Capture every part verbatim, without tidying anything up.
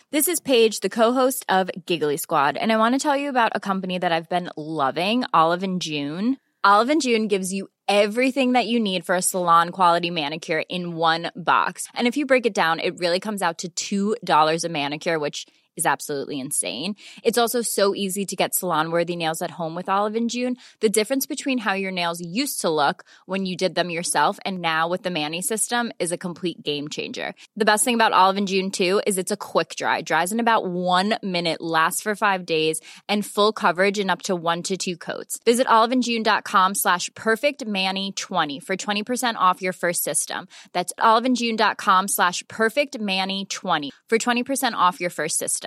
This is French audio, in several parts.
This is Paige, the co-host of Giggly Squad, and I want to tell you about a company that I've been loving, Olive and June. Olive and June gives you everything that you need for a salon-quality manicure in one box. And if you break it down, it really comes out to two dollars a manicure, which is absolutely insane. It's also so easy to get salon-worthy nails at home with Olive and June. The difference between how your nails used to look when you did them yourself and now with the Mani system is a complete game changer. The best thing about Olive and June, too, is it's a quick dry. Dries in about one minute, lasts for five days, and full coverage in up to one to two coats. Visit oliveandjune.com slash perfectmani20 for twenty percent off your first system. That's oliveandjune.com slash perfectmani20 for twenty percent off your first system.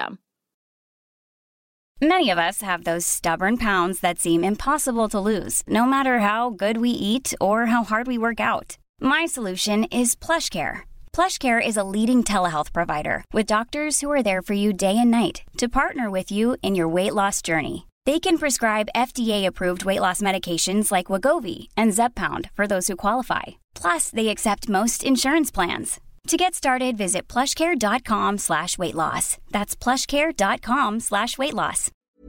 Many of us have those stubborn pounds that seem impossible to lose, no matter how good we eat or how hard we work out. My solution is PlushCare. PlushCare is a leading telehealth provider with doctors who are there for you day and night to partner with you in your weight loss journey. They can prescribe F D A-approved weight loss medications like Wegovy and Zepbound for those who qualify. Plus, they accept most insurance plans. To get started, visit plushcare.com slash weight loss. That's plushcare.com slash weight loss.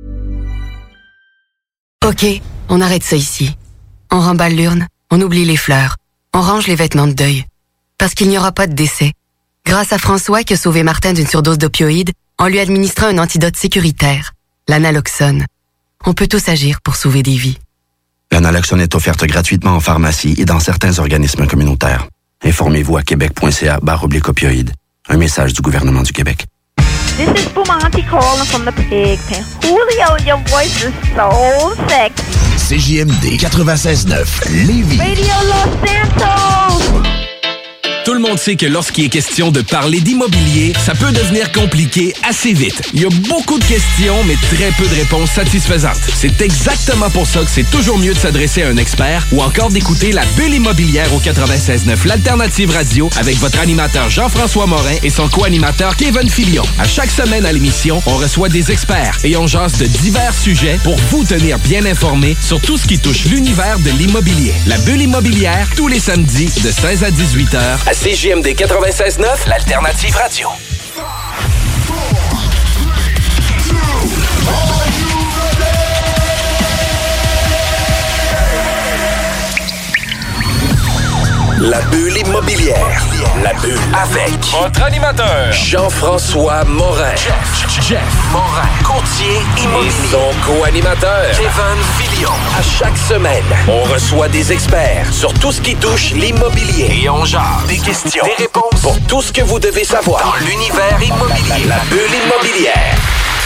Ok, on arrête ça ici. On remballe l'urne, on oublie les fleurs, on range les vêtements de deuil. Parce qu'il n'y aura pas de décès. Grâce à François qui a sauvé Martin d'une surdose d'opioïdes en lui administrant un antidote sécuritaire, l'analoxone. On peut tous agir pour sauver des vies. L'analoxone est offerte gratuitement en pharmacie et dans certains organismes communautaires. Informez-vous à québec.ca barre oblique opioïdes. Un message du gouvernement du Québec. This is Bumanti calling from the pig pen. Julio, your voice is so sexy. C J M D quatre-vingt-seize neuf, Lévis. Radio Los Santos. Tout le monde sait que lorsqu'il est question de parler d'immobilier, ça peut devenir compliqué assez vite. Il y a beaucoup de questions, mais très peu de réponses satisfaisantes. C'est exactement pour ça que c'est toujours mieux de s'adresser à un expert ou encore d'écouter la Bulle immobilière au quatre-vingt-seize neuf, l'alternative radio, avec votre animateur Jean-François Morin et son co-animateur Kevin Filion. À chaque semaine à l'émission, on reçoit des experts et on jase de divers sujets pour vous tenir bien informés sur tout ce qui touche l'univers de l'immobilier. La Bulle immobilière, tous les samedis de seize à dix-huit heures. C J M D quatre-vingt-seize neuf, l'alternative radio. La Bulle immobilière. La Bulle avec votre animateur Jean-François Morin. Jeff, Jeff Morin, courtier immobilier. Et son co-animateur Kevin Filion. À chaque semaine, on reçoit des experts sur tout ce qui touche l'immobilier. Et on jase des questions, des réponses pour tout ce que vous devez savoir dans l'univers immobilier. La, la, la Bulle immobilière.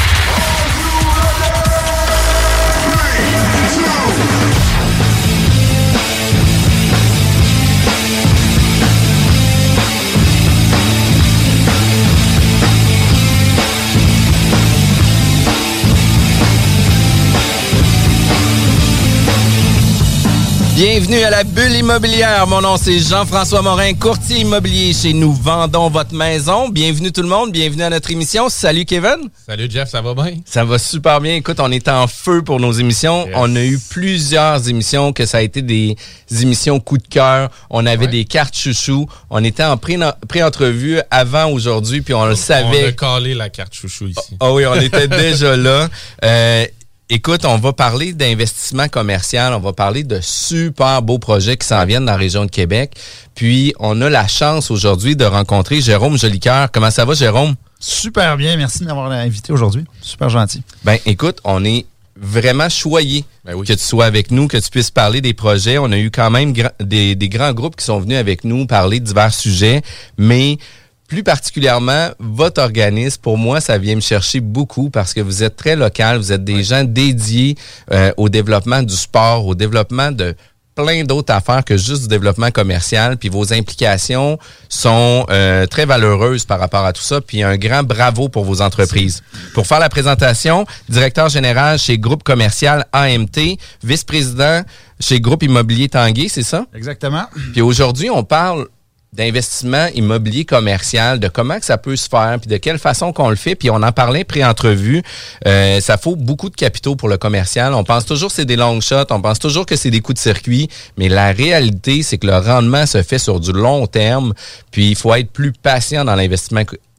Bienvenue à la Bulle immobilière. Mon nom, c'est Jean-François Morin, courtier immobilier chez Nous Vendons Votre Maison. Bienvenue tout le monde, bienvenue à notre émission. Salut Kevin. Salut Jeff, ça va bien? Ça va super bien. Écoute, on est en feu pour nos émissions. Yes. On a eu plusieurs émissions que ça a été des émissions coup de cœur. On avait ouais. des cartes chouchou. On était en pré- pré-entrevue avant aujourd'hui, puis on le savait. On a calé la carte chouchou ici. Ah oh, oh oui, on était déjà là. Euh, Écoute, on va parler d'investissement commercial, on va parler de super beaux projets qui s'en viennent dans la région de Québec. Puis, on a la chance aujourd'hui de rencontrer Jérôme Jolicoeur. Comment ça va, Jérôme? Super bien, merci de m'avoir invité aujourd'hui. Super gentil. Ben, écoute, on est vraiment choyés ben oui. que tu sois avec nous, que tu puisses parler des projets. On a eu quand même gra- des, des grands groupes qui sont venus avec nous parler de divers sujets, mais plus particulièrement, votre organisme, pour moi, ça vient me chercher beaucoup parce que vous êtes très local, vous êtes des oui. gens dédiés euh, au développement du sport, au développement de plein d'autres affaires que juste du développement commercial, puis vos implications sont euh, très valeureuses par rapport à tout ça, puis un grand bravo pour vos entreprises. Pour faire la présentation, directeur général chez Groupe commercial A M T, vice-président chez Groupe immobilier Tanguay, c'est ça? Exactement. Puis aujourd'hui, on parle d'investissement immobilier commercial, de comment que ça peut se faire, puis de quelle façon qu'on le fait. Puis on en parlait pré-entrevue. Euh, ça faut beaucoup de capitaux pour le commercial. On pense toujours que c'est des long shots, on pense toujours que c'est des coups de circuit, mais la réalité, c'est que le rendement se fait sur du long terme. Puis il faut être plus patient dans l'investissement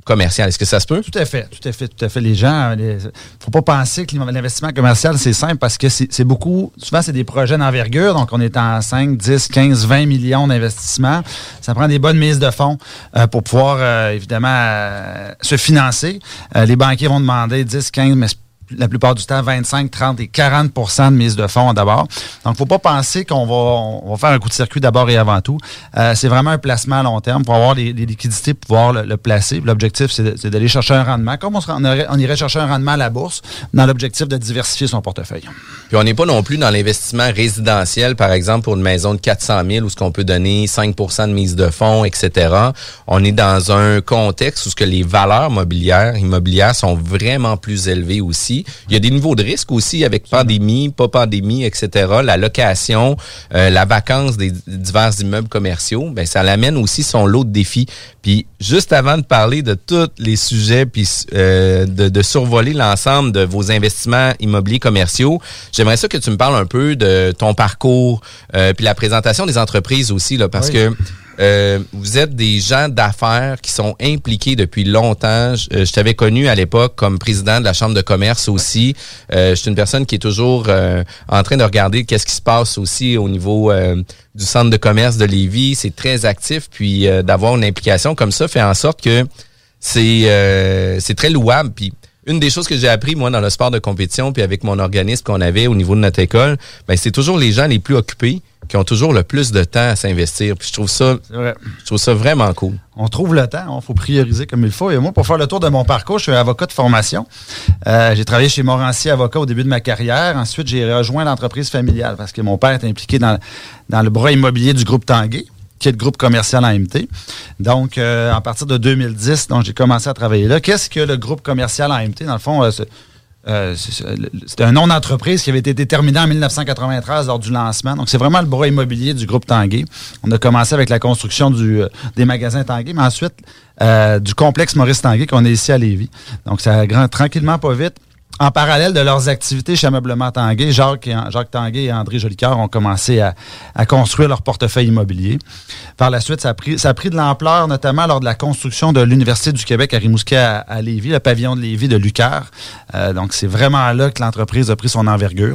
commercial. Est-ce que ça se peut? Tout à fait, tout à fait, tout à fait. Les gens, il ne faut pas penser que l'investissement commercial, c'est simple parce que c'est, c'est beaucoup, souvent, c'est des projets d'envergure. Donc, on est en cinq, dix, quinze, vingt millions d'investissements. Ça prend des bonnes mises de fonds euh, pour pouvoir, euh, évidemment, euh, se financer. Euh, les banquiers vont demander dix, quinze, mais la plupart du temps, vingt-cinq, trente et quarante pour cent de mise de fonds d'abord. Donc, il ne faut pas penser qu'on va, on va faire un coup de circuit d'abord et avant tout. Euh, c'est vraiment un placement à long terme pour avoir les, les liquidités pour pouvoir le, le placer. L'objectif, c'est, de, c'est d'aller chercher un rendement. Comme on, se, on, aurait, on irait chercher un rendement à la bourse, dans l'objectif de diversifier son portefeuille. Puis, on n'est pas non plus dans l'investissement résidentiel, par exemple, pour une maison de quatre cent mille où ce qu'on peut donner cinq pour cent de mise de fonds, et cetera. On est dans un contexte où ce que les valeurs mobilières, immobilières sont vraiment plus élevées aussi. Il y a des niveaux de risque aussi avec pandémie, pas pandémie, et cetera. La location, euh, la vacance des divers immeubles commerciaux, ben ça l'amène aussi son lot de défis. Puis juste avant de parler de tous les sujets, puis euh, de, de survoler l'ensemble de vos investissements immobiliers commerciaux, j'aimerais ça que tu me parles un peu de ton parcours, euh, puis la présentation des entreprises aussi, là, parce oui. que Euh, vous êtes des gens d'affaires qui sont impliqués depuis longtemps. Je, euh, je t'avais connu à l'époque comme président de la Chambre de commerce aussi. Euh, je suis une personne qui est toujours euh, en train de regarder qu'est-ce qui se passe aussi au niveau euh, du centre de commerce de Lévis. C'est très actif. Puis euh, d'avoir une implication comme ça fait en sorte que c'est euh, c'est très louable. Puis une des choses que j'ai appris, moi, dans le sport de compétition, puis avec mon organisme qu'on avait au niveau de notre école, ben c'est toujours les gens les plus occupés qui ont toujours le plus de temps à s'investir. Puis je trouve ça, je trouve ça vraiment cool. On trouve le temps, il faut prioriser comme il faut. Et moi, pour faire le tour de mon parcours, je suis avocat de formation. Euh, j'ai travaillé chez Morancier Avocat au début de ma carrière. Ensuite, j'ai rejoint l'entreprise familiale parce que mon père est impliqué dans, dans le bras immobilier du groupe Tanguay, qui est le groupe commercial A M T. Donc, euh, à partir de deux mille dix, donc, j'ai commencé à travailler là. Qu'est-ce que le groupe commercial A M T? Dans le fond, euh, c'est, euh, c'est, c'est un nom d'entreprise qui avait été déterminé en dix-neuf cent quatre-vingt-treize lors du lancement. Donc, c'est vraiment le bras immobilier du groupe Tanguay. On a commencé avec la construction du, euh, des magasins Tanguay, mais ensuite, euh, du complexe Maurice Tanguay qu'on est ici à Lévis. Donc, ça grand, tranquillement, pas vite. En parallèle de leurs activités chez Ameublement Tanguay, Jacques, et, Jacques Tanguay et André Jolicoeur ont commencé à, à construire leur portefeuille immobilier. Par la suite, ça a pris, ça a pris de l'ampleur, notamment lors de la construction de l'Université du Québec à Rimouski à, à Lévis, le pavillon de Lévis de l'U Q A R. Euh, donc, c'est vraiment là que l'entreprise a pris son envergure.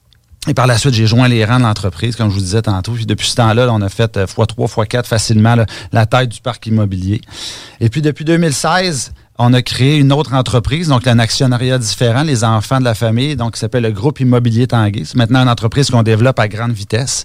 Et par la suite, j'ai joint les rangs de l'entreprise, comme je vous disais tantôt. Puis depuis ce temps-là, là, on a fait fois trois, fois quatre facilement là, la taille du parc immobilier. Et puis, depuis deux mille seize... on a créé une autre entreprise, donc un actionnariat différent, les enfants de la famille, donc qui s'appelle le groupe immobilier Tanguay. C'est maintenant une entreprise qu'on développe à grande vitesse.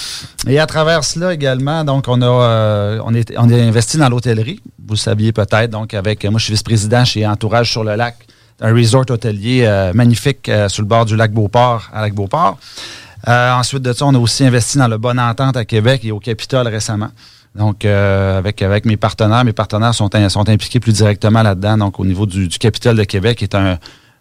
Et à travers cela également, donc on a euh, on est on est investi dans l'hôtellerie. Vous le saviez peut-être, donc avec moi je suis vice-président chez Entourage sur le lac, un resort hôtelier euh, magnifique euh, sur le bord du lac Beauport à lac Beauport. Euh, ensuite de ça, on a aussi investi dans le Bonne Entente à Québec et au Capitole récemment. Donc, euh, avec avec mes partenaires, mes partenaires sont, sont impliqués plus directement là-dedans. Donc, au niveau du, du Capitole de Québec, qui est un,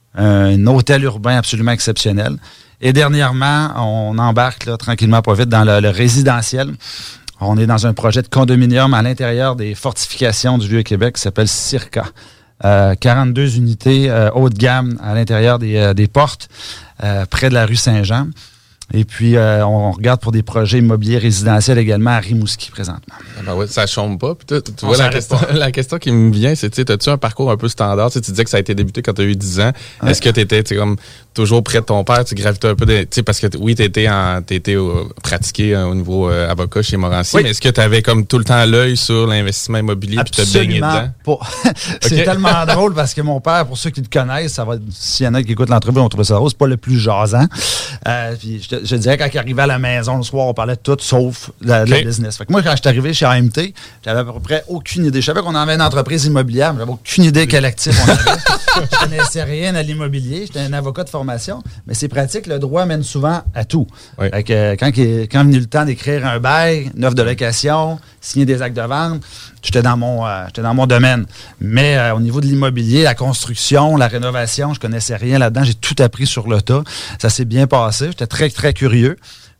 un hôtel urbain absolument exceptionnel. Et dernièrement, on embarque là, tranquillement, pas vite, dans le, le résidentiel. On est dans un projet de condominium à l'intérieur des fortifications du Vieux-Québec qui s'appelle Circa. Euh, quarante-deux unités euh, haut de gamme à l'intérieur des, euh, des portes, euh, près de la rue Saint-Jean. Et puis, euh, on regarde pour des projets immobiliers résidentiels également à Rimouski présentement. Ah ben ouais, ça chôme pas. Puis tu, tu vois, la question, la question qui me vient, c'est, tu sais, as-tu un parcours un peu standard? Tu sais, tu disais que ça a été débuté quand tu as eu dix ans. Ouais. Est-ce que tu étais comme toujours près de ton père? Tu gravitais un peu, tu sais, parce que oui, tu étais en, t'étais au, pratiqué euh, au niveau euh, avocat chez Morancier, oui. Mais est-ce que tu avais comme tout le temps l'œil sur l'investissement immobilier puis te baigner dedans? Pas. C'est okay. Tellement drôle parce que mon père, pour ceux qui le connaissent, ça va, s'il y en a qui écoutent l'entrevue, on trouve ça drôle, c'est pas le plus jasant. Euh, puis je, je dirais quand il arrivait à la maison le soir, on parlait de tout sauf de la, okay. de la business. Fait que moi, quand je suis arrivé chez A M T, j'avais à peu près aucune idée. Je savais qu'on avait une entreprise immobilière, mais j'avais aucune idée quel actif on avait. Je connaissais rien à l'immobilier. J'étais un avocat de formation, mais c'est pratique. Le droit mène souvent à tout. Oui. Fait que, quand, quand est venu le temps d'écrire un bail, une offre de location, signer des actes de vente, j'étais dans mon, euh, j'étais dans mon domaine. Mais euh, au niveau de l'immobilier, la construction, la rénovation, je connaissais rien là-dedans. J'ai tout appris sur le tas. Ça s'est bien passé. J'étais très, très curieux.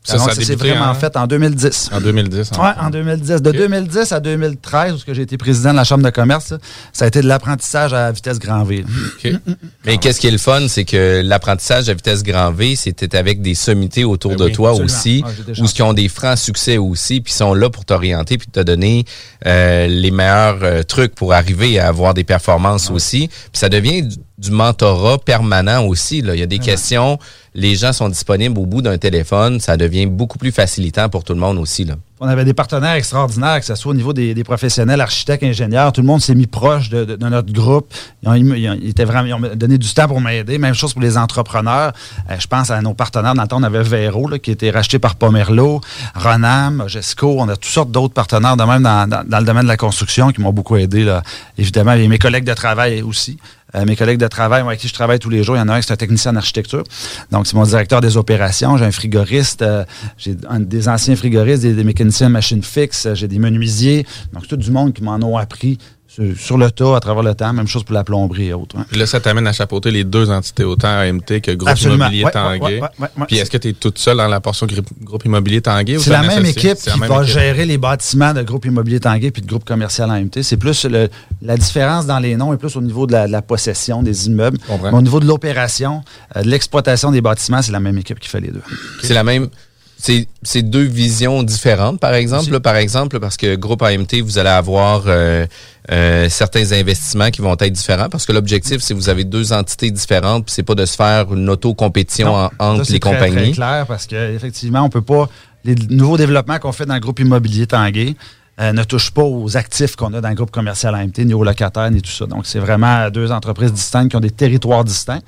Ça, Donc, ça a ça s'est débuté vraiment en... fait en deux mille dix. En deux mille dix. Oui, en deux mille dix. De okay. deux mille dix à deux mille treize, où j'ai été président de la Chambre de commerce, là, ça a été de l'apprentissage à vitesse grand V. Okay. Mais ah, qu'est-ce qui est le fun, c'est que l'apprentissage à vitesse grand V, c'était avec des sommités autour ben de oui, toi absolument. aussi, ah, ou qui ont des francs succès aussi, puis sont là pour t'orienter, puis te donner euh, les meilleurs euh, trucs pour arriver à avoir des performances ah, aussi. Puis ça devient du, du mentorat permanent aussi. Là. Il y a des ah, questions... Les gens sont disponibles au bout d'un téléphone. Ça devient beaucoup plus facilitant pour tout le monde aussi, là. On avait des partenaires extraordinaires, que ce soit au niveau des, des professionnels, architectes, ingénieurs. Tout le monde s'est mis proche de, de, de notre groupe. Ils ont, ils, ont, ils, étaient vraiment, ils ont donné du temps pour m'aider. Même chose pour les entrepreneurs. Euh, je pense à nos partenaires. Dans le temps, on avait Véro, là, qui a été racheté par Pomerleau, Ronam, Gesco. On a toutes sortes d'autres partenaires, de même dans, dans, dans le domaine de la construction, qui m'ont beaucoup aidé, là. Évidemment, et mes collègues de travail aussi. Euh, mes collègues de travail, moi, avec qui je travaille tous les jours, il y en a un qui est un technicien en architecture. Donc, c'est mon directeur des opérations. J'ai un frigoriste, euh, j'ai un, des anciens frigoristes, des, des mécaniciens de machines fixes, j'ai des menuisiers. Donc, c'est tout du monde qui m'en ont appris sur, sur le tas, à travers le temps. Même chose pour la plomberie et autres. Hein. Puis là, ça t'amène à chapeauter les deux entités, autant A M T que Groupe Absolument. Immobilier ouais, Tanguay. Ouais, ouais, ouais, ouais, Puis est-ce que tu es toute seule dans la portion Groupe Immobilier Tanguay? C'est la même associé? équipe c'est qui va équipe. gérer les bâtiments de Groupe Immobilier Tanguay puis de Groupe Commercial A M T. C'est plus le, la différence dans les noms est plus au niveau de la, de la possession des immeubles. Mais au niveau de l'opération, euh, de l'exploitation des bâtiments, c'est la même équipe qui fait les deux. C'est la même... C'est, c'est deux visions différentes, par exemple. Là, par exemple, parce que Groupe A M T, vous allez avoir euh, euh, certains investissements qui vont être différents, parce que l'objectif, c'est que vous avez deux entités différentes, puis c'est pas de se faire une auto-compétition en, entre ça, les très, compagnies. C'est clair, parce qu'effectivement, on peut pas... Les nouveaux développements qu'on fait dans le Groupe Immobilier Tanguay euh, ne touchent pas aux actifs qu'on a dans le Groupe Commercial A M T, ni aux locataires, ni tout ça. Donc, c'est vraiment deux entreprises distinctes qui ont des territoires distincts.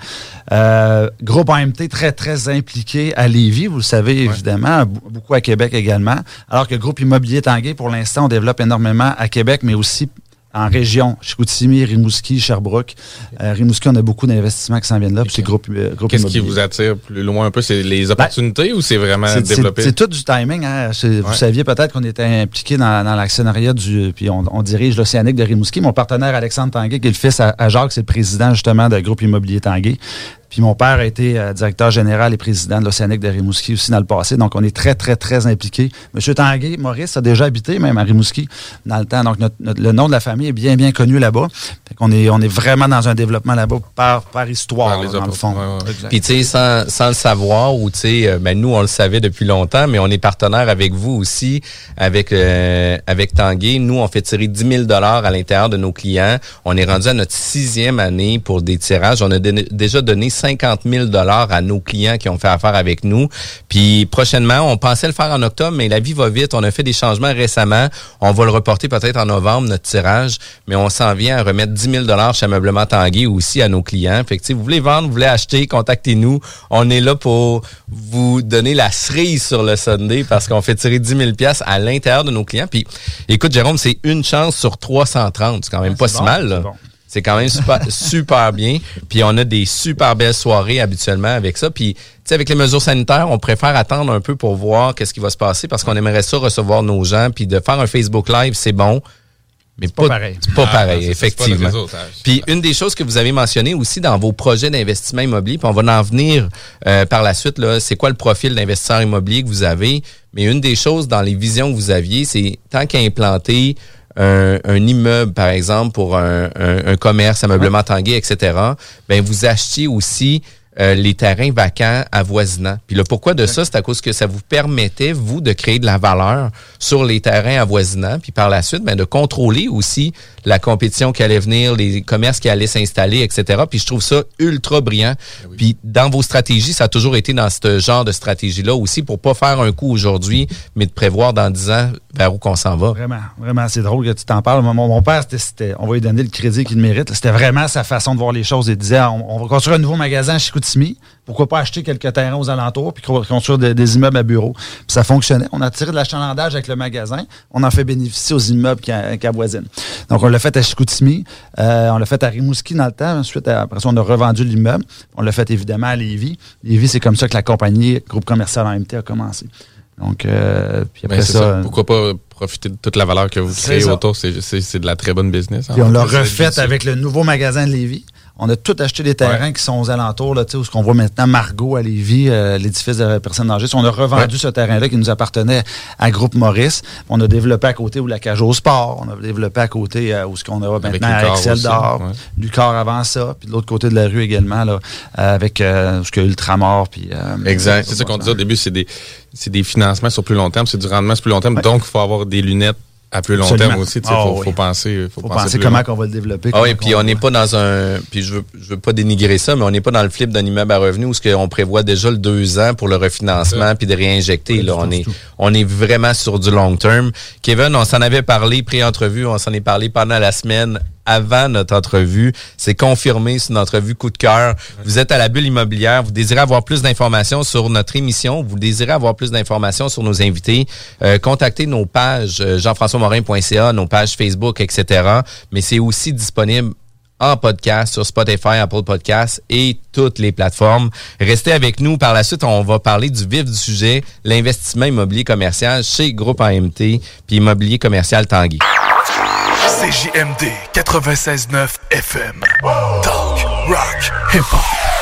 Euh, Groupe A M T très, très impliqué à Lévis, vous le savez, ouais. évidemment, beaucoup à Québec également. Alors que Groupe Immobilier Tanguay, pour l'instant, on développe énormément à Québec, mais aussi en région, Chicoutimi, Rimouski, Sherbrooke. Euh, Rimouski, on a beaucoup d'investissements qui s'en viennent là. Puis c'est groupe, euh, groupe Qu'est-ce immobilier. qui vous attire plus loin un peu? C'est les opportunités ben, ou c'est vraiment c'est, développé? C'est, c'est tout du timing. Hein? Ouais. Vous saviez peut-être qu'on était impliqué dans, dans l'actionnariat du... Puis on, on dirige l'Océanique de Rimouski. Mon partenaire Alexandre Tanguay, qui est le fils à, à Jacques, c'est le président justement de Groupe Immobilier Tanguay. Puis mon père a été euh, directeur général et président de l'Océanique de Rimouski aussi dans le passé. Donc, on est très, très, très impliqués. Monsieur Tanguay, Maurice, a déjà habité même à Rimouski dans le temps. Donc, notre, notre, le nom de la famille est bien, bien connu là-bas. Fait qu'on est, on est vraiment dans un développement là-bas par, par histoire, par là, dans le fond. Ouais, ouais. Puis, tu sais, sans, sans le savoir, ou tu sais, ben, nous, on le savait depuis longtemps, mais on est partenaire avec vous aussi, avec, euh, avec Tanguay. Nous, on fait tirer dix mille dollars à l'intérieur de nos clients. On est rendu à notre sixième année pour des tirages. On a donné, déjà donné cinquante mille dollars à nos clients qui ont fait affaire avec nous. Puis prochainement, on pensait le faire en octobre, mais la vie va vite. On a fait des changements récemment. On va le reporter peut-être en novembre, notre tirage, mais on s'en vient à remettre dix mille dollars chez Ameublement Tanguay aussi à nos clients. Fait que si vous voulez vendre, vous voulez acheter, contactez-nous. On est là pour vous donner la cerise sur le Sunday parce qu'on fait tirer dix mille dollars à l'intérieur de nos clients. Puis écoute, Jérôme, c'est une chance sur trois cent trente. C'est quand même ouais, pas si bon, mal, là. Bon. C'est quand même super, super bien. Puis on a des super belles soirées habituellement avec ça. Puis, tu sais, avec les mesures sanitaires, on préfère attendre un peu pour voir qu'est-ce qui va se passer parce qu'on aimerait ça recevoir nos gens. Puis de faire un Facebook Live, c'est bon. Mais c'est pas, pas pareil. C'est pas ah, pareil, c'est, effectivement. C'est pas puis une des choses que vous avez mentionné aussi dans vos projets d'investissement immobilier, puis on va en venir euh, par la suite, là, c'est quoi le profil d'investisseur immobilier que vous avez? Mais une des choses dans les visions que vous aviez, c'est tant qu'à implanter Un, un immeuble, par exemple, pour un, un, un commerce, ameublement Tanguay, et cetera, ben vous achetiez aussi euh, les terrains vacants avoisinants. Puis le pourquoi de ça, c'est à cause que ça vous permettait, vous, de créer de la valeur sur les terrains avoisinants, puis par la suite, ben de contrôler aussi la compétition qui allait venir, les commerces qui allaient s'installer, et cetera. Puis je trouve ça ultra brillant. Oui. Puis dans vos stratégies, ça a toujours été dans ce genre de stratégie-là aussi, pour pas faire un coup aujourd'hui, mais de prévoir dans dix ans vers où qu'on s'en va. Vraiment, vraiment, c'est drôle que tu t'en parles. Mon, mon père, c'était, c'était, on va lui donner le crédit qu'il mérite. C'était vraiment sa façon de voir les choses. Il disait, on, on va construire un nouveau magasin à Chicoutimi. Pourquoi pas acheter quelques terrains aux alentours puis construire des, des immeubles à bureaux. Puis ça fonctionnait. On a tiré de l'achalandage avec le magasin. On en fait bénéficier aux immeubles qui, qui avoisinent. Donc, on l'a fait à Chicoutimi. Euh, on l'a fait à Rimouski dans le temps. Ensuite, après ça, on a revendu l'immeuble. On l'a fait évidemment à Lévis. Lévis, c'est comme ça que la compagnie Groupe Commercial A M T a commencé. Donc, euh, puis après ça, ça. Pourquoi pas profiter de toute la valeur que vous créez autour? C'est, c'est, c'est de la très bonne business. Puis on l'a refait avec le nouveau magasin de Lévis. On a tout acheté des terrains ouais. qui sont aux alentours, là, où ce qu'on voit maintenant Margot à Lévis, euh, l'édifice de personnes âgées. On a revendu ouais. ce terrain-là qui nous appartenait à Groupe Maurice. On a développé à côté où la cage au sport. On a développé à côté euh, où ce qu'on a maintenant à Excel d'Or. Ouais. Du corps avant ça. Puis de l'autre côté de la rue également, là, euh, avec euh, ce qu'il y a Ultramar. Puis, euh, exact. C'est ça qu'on disait au début, c'est des, c'est des financements sur plus long terme, c'est du rendement sur plus long terme. Ouais. Donc, il faut avoir des lunettes à plus long Absolument. terme aussi. Il oh, faut, oui. faut penser. Faut, faut penser, penser comment on va le développer. Ah oui, puis on n'est pas dans un. Puis je veux, je veux pas dénigrer ça, mais on n'est pas dans le flip d'un immeuble à revenu où on prévoit déjà le deux ans pour le refinancement puis de réinjecter. Oui, là, on est, tout. on est vraiment sur du long term. Kevin, on s'en avait parlé pré-entrevue, on s'en est parlé pendant la semaine. Avant notre entrevue, c'est confirmé sur notre entrevue coup de cœur. Vous êtes à la Bulle immobilière, vous désirez avoir plus d'informations sur notre émission, vous désirez avoir plus d'informations sur nos invités, euh, contactez nos pages euh, jean françois morin point c a, nos pages Facebook, et cetera. Mais c'est aussi disponible en podcast sur Spotify, Apple Podcasts et toutes les plateformes. Restez avec nous. Par la suite, on va parler du vif du sujet, l'investissement immobilier commercial chez Groupe A M T puis Immobilier commercial Tanguy. C J M D quatre-vingt-seize neuf F M. Talk, rock, hip-hop.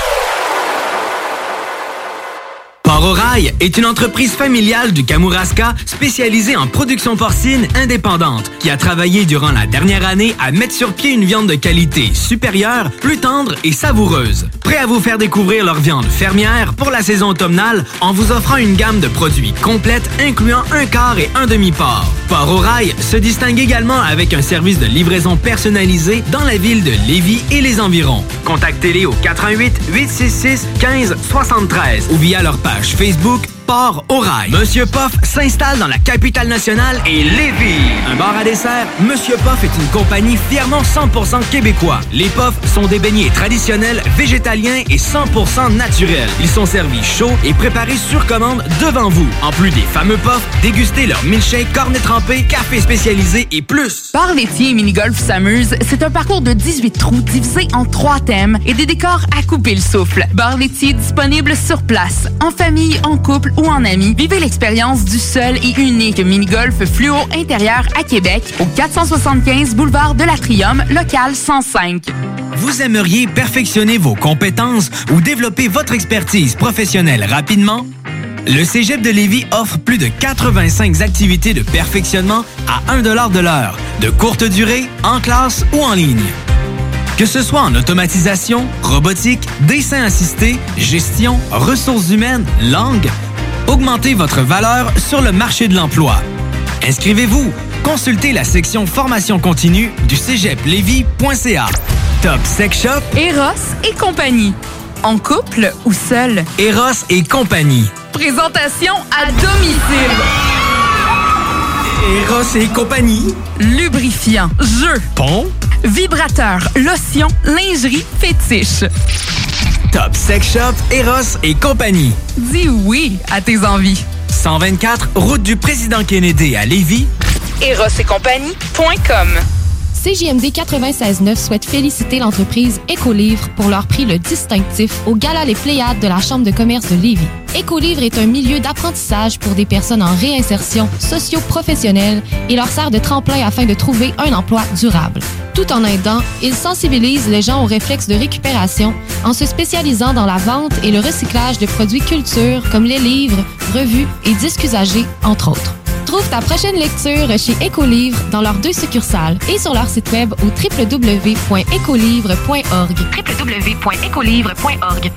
Port-au-Rail est une entreprise familiale du Kamouraska spécialisée en production porcine indépendante qui a travaillé durant la dernière année à mettre sur pied une viande de qualité supérieure, plus tendre et savoureuse. Prêt à vous faire découvrir leur viande fermière pour la saison automnale en vous offrant une gamme de produits complète incluant un quart et un demi-port. Port-au-Rail se distingue également avec un service de livraison personnalisé dans la ville de Lévis et les environs. Contactez-les au quatre un huit, huit six six, un cinq sept trois ou via leur page Facebook Port-au-Rail. Monsieur Poff s'installe dans la capitale nationale et Lévis. Un bar à dessert, Monsieur Poff est une compagnie fièrement cent pour cent québécois. Les Poffs sont des beignets traditionnels, végétaliens et cent pour cent naturels. Ils sont servis chauds et préparés sur commande devant vous. En plus des fameux Poffs, dégustez leur milkshake, cornet trempé, café spécialisé et plus. Bar laitier et mini-golf s'amuse, c'est un parcours de dix-huit trous divisé en trois thèmes et des décors à couper le souffle. Bar laitier disponible sur place, en famille, en couple ou en amis. Vivez l'expérience du seul et unique mini-golf fluo intérieur à Québec, au quatre cent soixante-quinze boulevard de l'Atrium, local cent cinq. Vous aimeriez perfectionner vos compétences ou développer votre expertise professionnelle rapidement? Le Cégep de Lévis offre plus de quatre-vingt-cinq activités de perfectionnement à un dollar de l'heure, de courte durée, en classe ou en ligne. Que ce soit en automatisation, robotique, dessin assisté, gestion, ressources humaines, langue, augmentez votre valeur sur le marché de l'emploi. Inscrivez-vous. Consultez la section formation continue du cégep lévis point c a. Top Sex Shop, Eros et compagnie. En couple ou seul? Eros et compagnie. Présentation à domicile. Eros et compagnie. Lubrifiant, jeu, pompe, vibrateur, lotion, lingerie, fétiche. Top Sex Shop, Eros et compagnie. Dis oui à tes envies. cent vingt-quatre, route du Président Kennedy à Lévis. Eros et compagnie point com. C J M D quatre-vingt-seize neuf souhaite féliciter l'entreprise Écolivre pour leur prix le distinctif au Gala Les Pléiades de la Chambre de commerce de Lévis. Écolivre est un milieu d'apprentissage pour des personnes en réinsertion socio-professionnelle et leur sert de tremplin afin de trouver un emploi durable. Tout en aidant, ils sensibilisent les gens aux réflexes de récupération en se spécialisant dans la vente et le recyclage de produits culture comme les livres, revues et disques usagés, entre autres. Trouve ta prochaine lecture chez Écolivre dans leurs deux succursales et sur leur site web au w w w point écolivre point org. w w w point écolivre point org.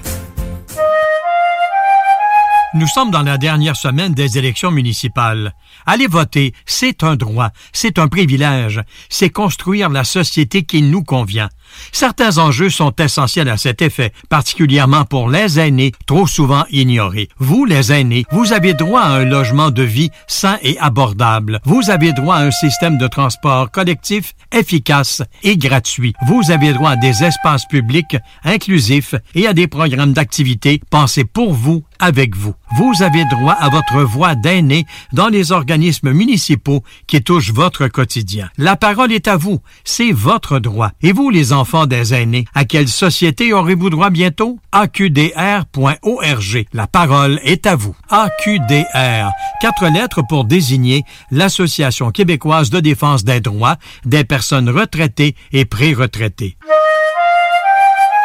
Nous sommes dans la dernière semaine des élections municipales. Aller voter, c'est un droit, c'est un privilège, c'est construire la société qui nous convient. Certains enjeux sont essentiels à cet effet, particulièrement pour les aînés, trop souvent ignorés. Vous, les aînés, vous avez droit à un logement de vie sain et abordable. Vous avez droit à un système de transport collectif efficace et gratuit. Vous avez droit à des espaces publics inclusifs et à des programmes d'activité pensés pour vous, avec vous. Vous avez droit à votre voix d'aîné dans les organismes municipaux qui touchent votre quotidien. La parole est à vous. C'est votre droit. Et vous, les enfants des aînés, à quelle société aurez-vous droit bientôt? A Q D R point org. La parole est à vous. A Q D R. Quatre lettres pour désigner l'Association québécoise de défense des droits des personnes retraitées et pré-retraitées.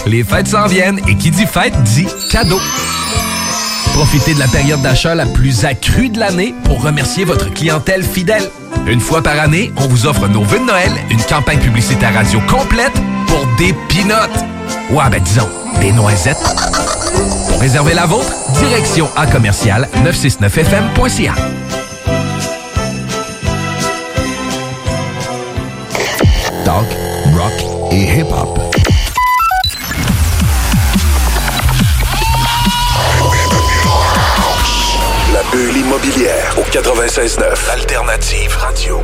Les fêtes s'en viennent et qui dit fête dit cadeau. Profitez de la période d'achat la plus accrue de l'année pour remercier votre clientèle fidèle. Une fois par année, on vous offre nos vœux de Noël, une campagne publicitaire radio complète pour des peanuts. Ouais, ben disons, des noisettes. Pour réserver la vôtre, direction à commercial neuf cent soixante-neuf F M point C A. Talk, rock et hip-hop. La bulle immobilière au quatre-vingt-seize neuf Alternative Radio.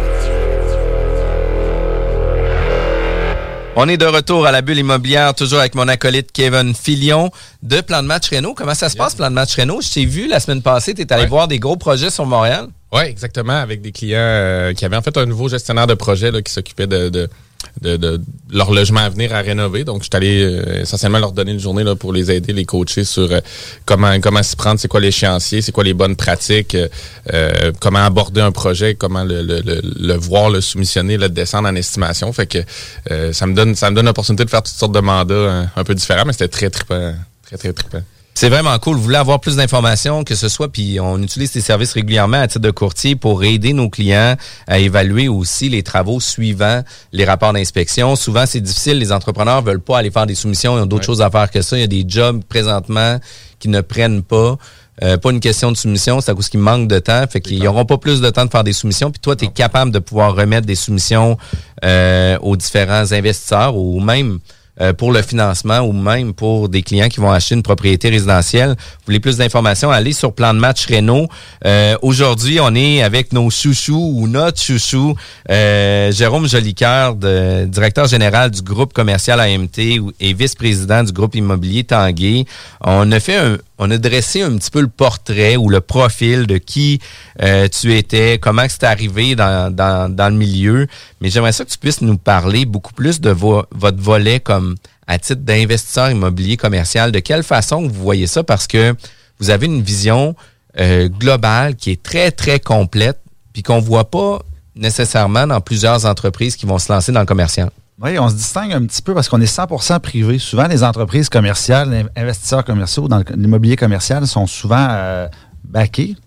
On est de retour à la bulle immobilière, toujours avec mon acolyte Kevin Filion de Plan de Match Réno. Comment ça se passe, Plan de Match Réno? Je t'ai vu la semaine passée, tu es allé ouais. voir des gros projets sur Montréal. Oui, exactement, avec des clients euh, qui avaient en fait un nouveau gestionnaire de projet là, qui s'occupait de, de, de, de leur logement à venir à rénover. Donc, je suis allé euh, essentiellement leur donner une journée là, pour les aider, les coacher sur euh, comment comment s'y prendre, c'est quoi l'échéancier, c'est quoi les bonnes pratiques, euh, comment aborder un projet, comment le, le, le, le voir, le soumissionner, le descendre en estimation. Fait que euh, ça me donne ça me donne l'opportunité de faire toutes sortes de mandats un, un peu différents, mais c'était très trippant, très, très trippant. C'est vraiment cool. Vous voulez avoir plus d'informations que ce soit, puis on utilise ces services régulièrement à titre de courtier pour aider nos clients à évaluer aussi les travaux suivant les rapports d'inspection. Souvent, c'est difficile. Les entrepreneurs veulent pas aller faire des soumissions. Ils ont d'autres ouais. choses à faire que ça. Il y a des jobs présentement qui ne prennent pas. Euh, pas une question de soumission, c'est à cause qu'ils manquent de temps. Fait qu'ils n'auront pas plus de temps de faire des soumissions. Puis toi, tu es capable de pouvoir remettre des soumissions euh, aux différents investisseurs ou même... Euh, pour le financement ou même pour des clients qui vont acheter une propriété résidentielle. Vous voulez plus d'informations, allez sur Plan de Match Réno. Euh, aujourd'hui, on est avec nos chouchous ou notre chouchou, euh, Jérôme Jolicoeur, de, directeur général du groupe commercial A M T et vice-président du groupe immobilier Tanguay. On a fait un On a dressé un petit peu le portrait ou le profil de qui euh, tu étais, comment c'est arrivé dans, dans, dans le milieu. Mais j'aimerais ça que tu puisses nous parler beaucoup plus de vo- votre volet comme à titre d'investisseur immobilier commercial. De quelle façon vous voyez ça? Parce que vous avez une vision euh, globale qui est très, très complète puis qu'on voit pas nécessairement dans plusieurs entreprises qui vont se lancer dans le commercial. Oui, on se distingue un petit peu parce qu'on est cent pour cent privé. Souvent, les entreprises commerciales, les investisseurs commerciaux dans l'immobilier commercial sont souvent euh, backés,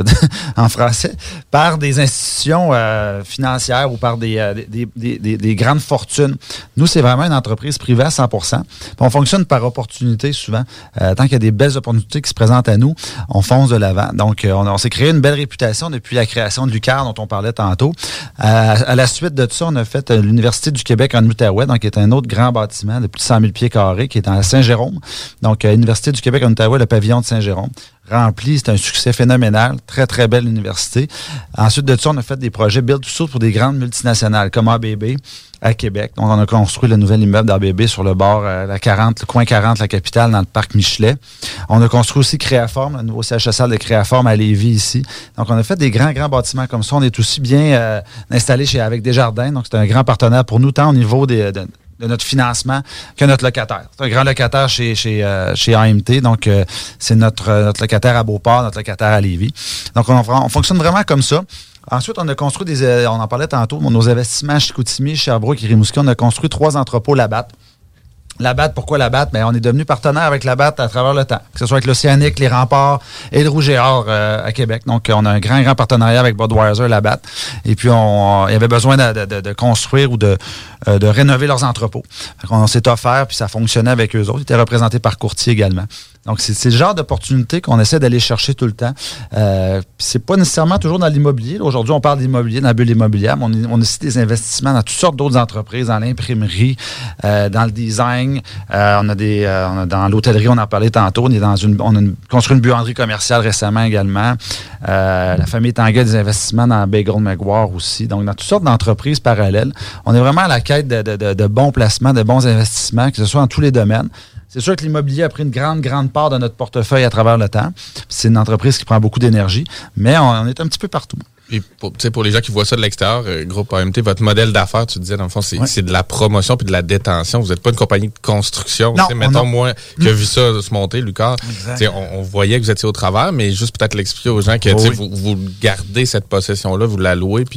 en français, par des institutions euh, financières ou par des, euh, des, des, des, des grandes fortunes. Nous, c'est vraiment une entreprise privée à cent pour cent. Puis on fonctionne par opportunité souvent. Euh, tant qu'il y a des belles opportunités qui se présentent à nous, on fonce de l'avant. Donc, euh, on, on s'est créé une belle réputation depuis la création de l'U Q A R dont on parlait tantôt. Euh, à la suite de ça, on a fait euh, l'Université du Québec en Outaouais, donc qui est un autre grand bâtiment de plus de cent mille pieds carrés, qui est à Saint-Jérôme. Donc, euh, Université du Québec en Outaouais, le pavillon de Saint-Jérôme. Rempli, c'est un succès phénoménal, très très belle université. Ensuite de ça, on a fait des projets build to suit pour des grandes multinationales comme A B B à Québec. Donc on a construit le nouvel immeuble d'A B B sur le bord euh, la quarante, le coin quarante, la capitale, dans le parc Michelet. On a construit aussi Créaforme, le nouveau siège social de Créaforme à Lévis ici. Donc on a fait des grands grands bâtiments comme ça. On est aussi bien euh, installé chez avec Desjardins, donc c'est un grand partenaire pour nous tant au niveau des de, de notre financement que notre locataire. C'est un grand locataire chez chez euh, chez A M T, donc euh, c'est notre notre locataire à Beauport, notre locataire à Lévis. Donc on, on fonctionne vraiment comme ça. Ensuite, on a construit des, on en parlait tantôt, nos investissements à Chicoutimi, Sherbrooke et Rimouski, on a construit trois entrepôts Labatt. Labatt, pourquoi Labatt? Ben, on est devenu partenaire avec Labatt à travers le temps, que ce soit avec l'Océanique, les Remparts et le Rouge et Or euh, à Québec. Donc, on a un grand, grand partenariat avec Budweiser, Labatt. Et puis, on, on il y avait besoin de, de, de construire ou de, euh, de rénover leurs entrepôts. Donc, on s'est offert, puis ça fonctionnait avec eux autres. Ils étaient représentés par courtier également. Donc, c'est, c'est le genre d'opportunité qu'on essaie d'aller chercher tout le temps. Euh, puis c'est pas nécessairement toujours dans l'immobilier. Là, aujourd'hui, on parle d'immobilier, dans la bulle immobilière, mais on, on a aussi des investissements dans toutes sortes d'autres entreprises, dans l'imprimerie, euh, dans le design. Euh, on a des, euh, on a dans l'hôtellerie, on en parlait tantôt. On est dans une, on a une, construit une buanderie commerciale récemment également. Euh, la famille Tanguay a des investissements dans Bagel Maguire aussi. Donc, dans toutes sortes d'entreprises parallèles. On est vraiment à la quête de, de, de, de bons placements, de bons investissements, que ce soit dans tous les domaines. C'est sûr que l'immobilier a pris une grande, grande part de notre portefeuille à travers le temps. C'est une entreprise qui prend beaucoup d'énergie, mais on, on est un petit peu partout. Et pour, pour les gens qui voient ça de l'extérieur, euh, groupe A M T, votre modèle d'affaires, tu disais, dans le fond, c'est, ouais. c'est de la promotion puis de la détention. Vous n'êtes pas une compagnie de construction. Non, mettons, moi, qui a vu ça se monter, Lucas, on, on voyait que vous étiez au travers, mais juste peut-être l'expliquer aux gens que oh, oui. vous, vous gardez cette possession-là, vous la louez, puis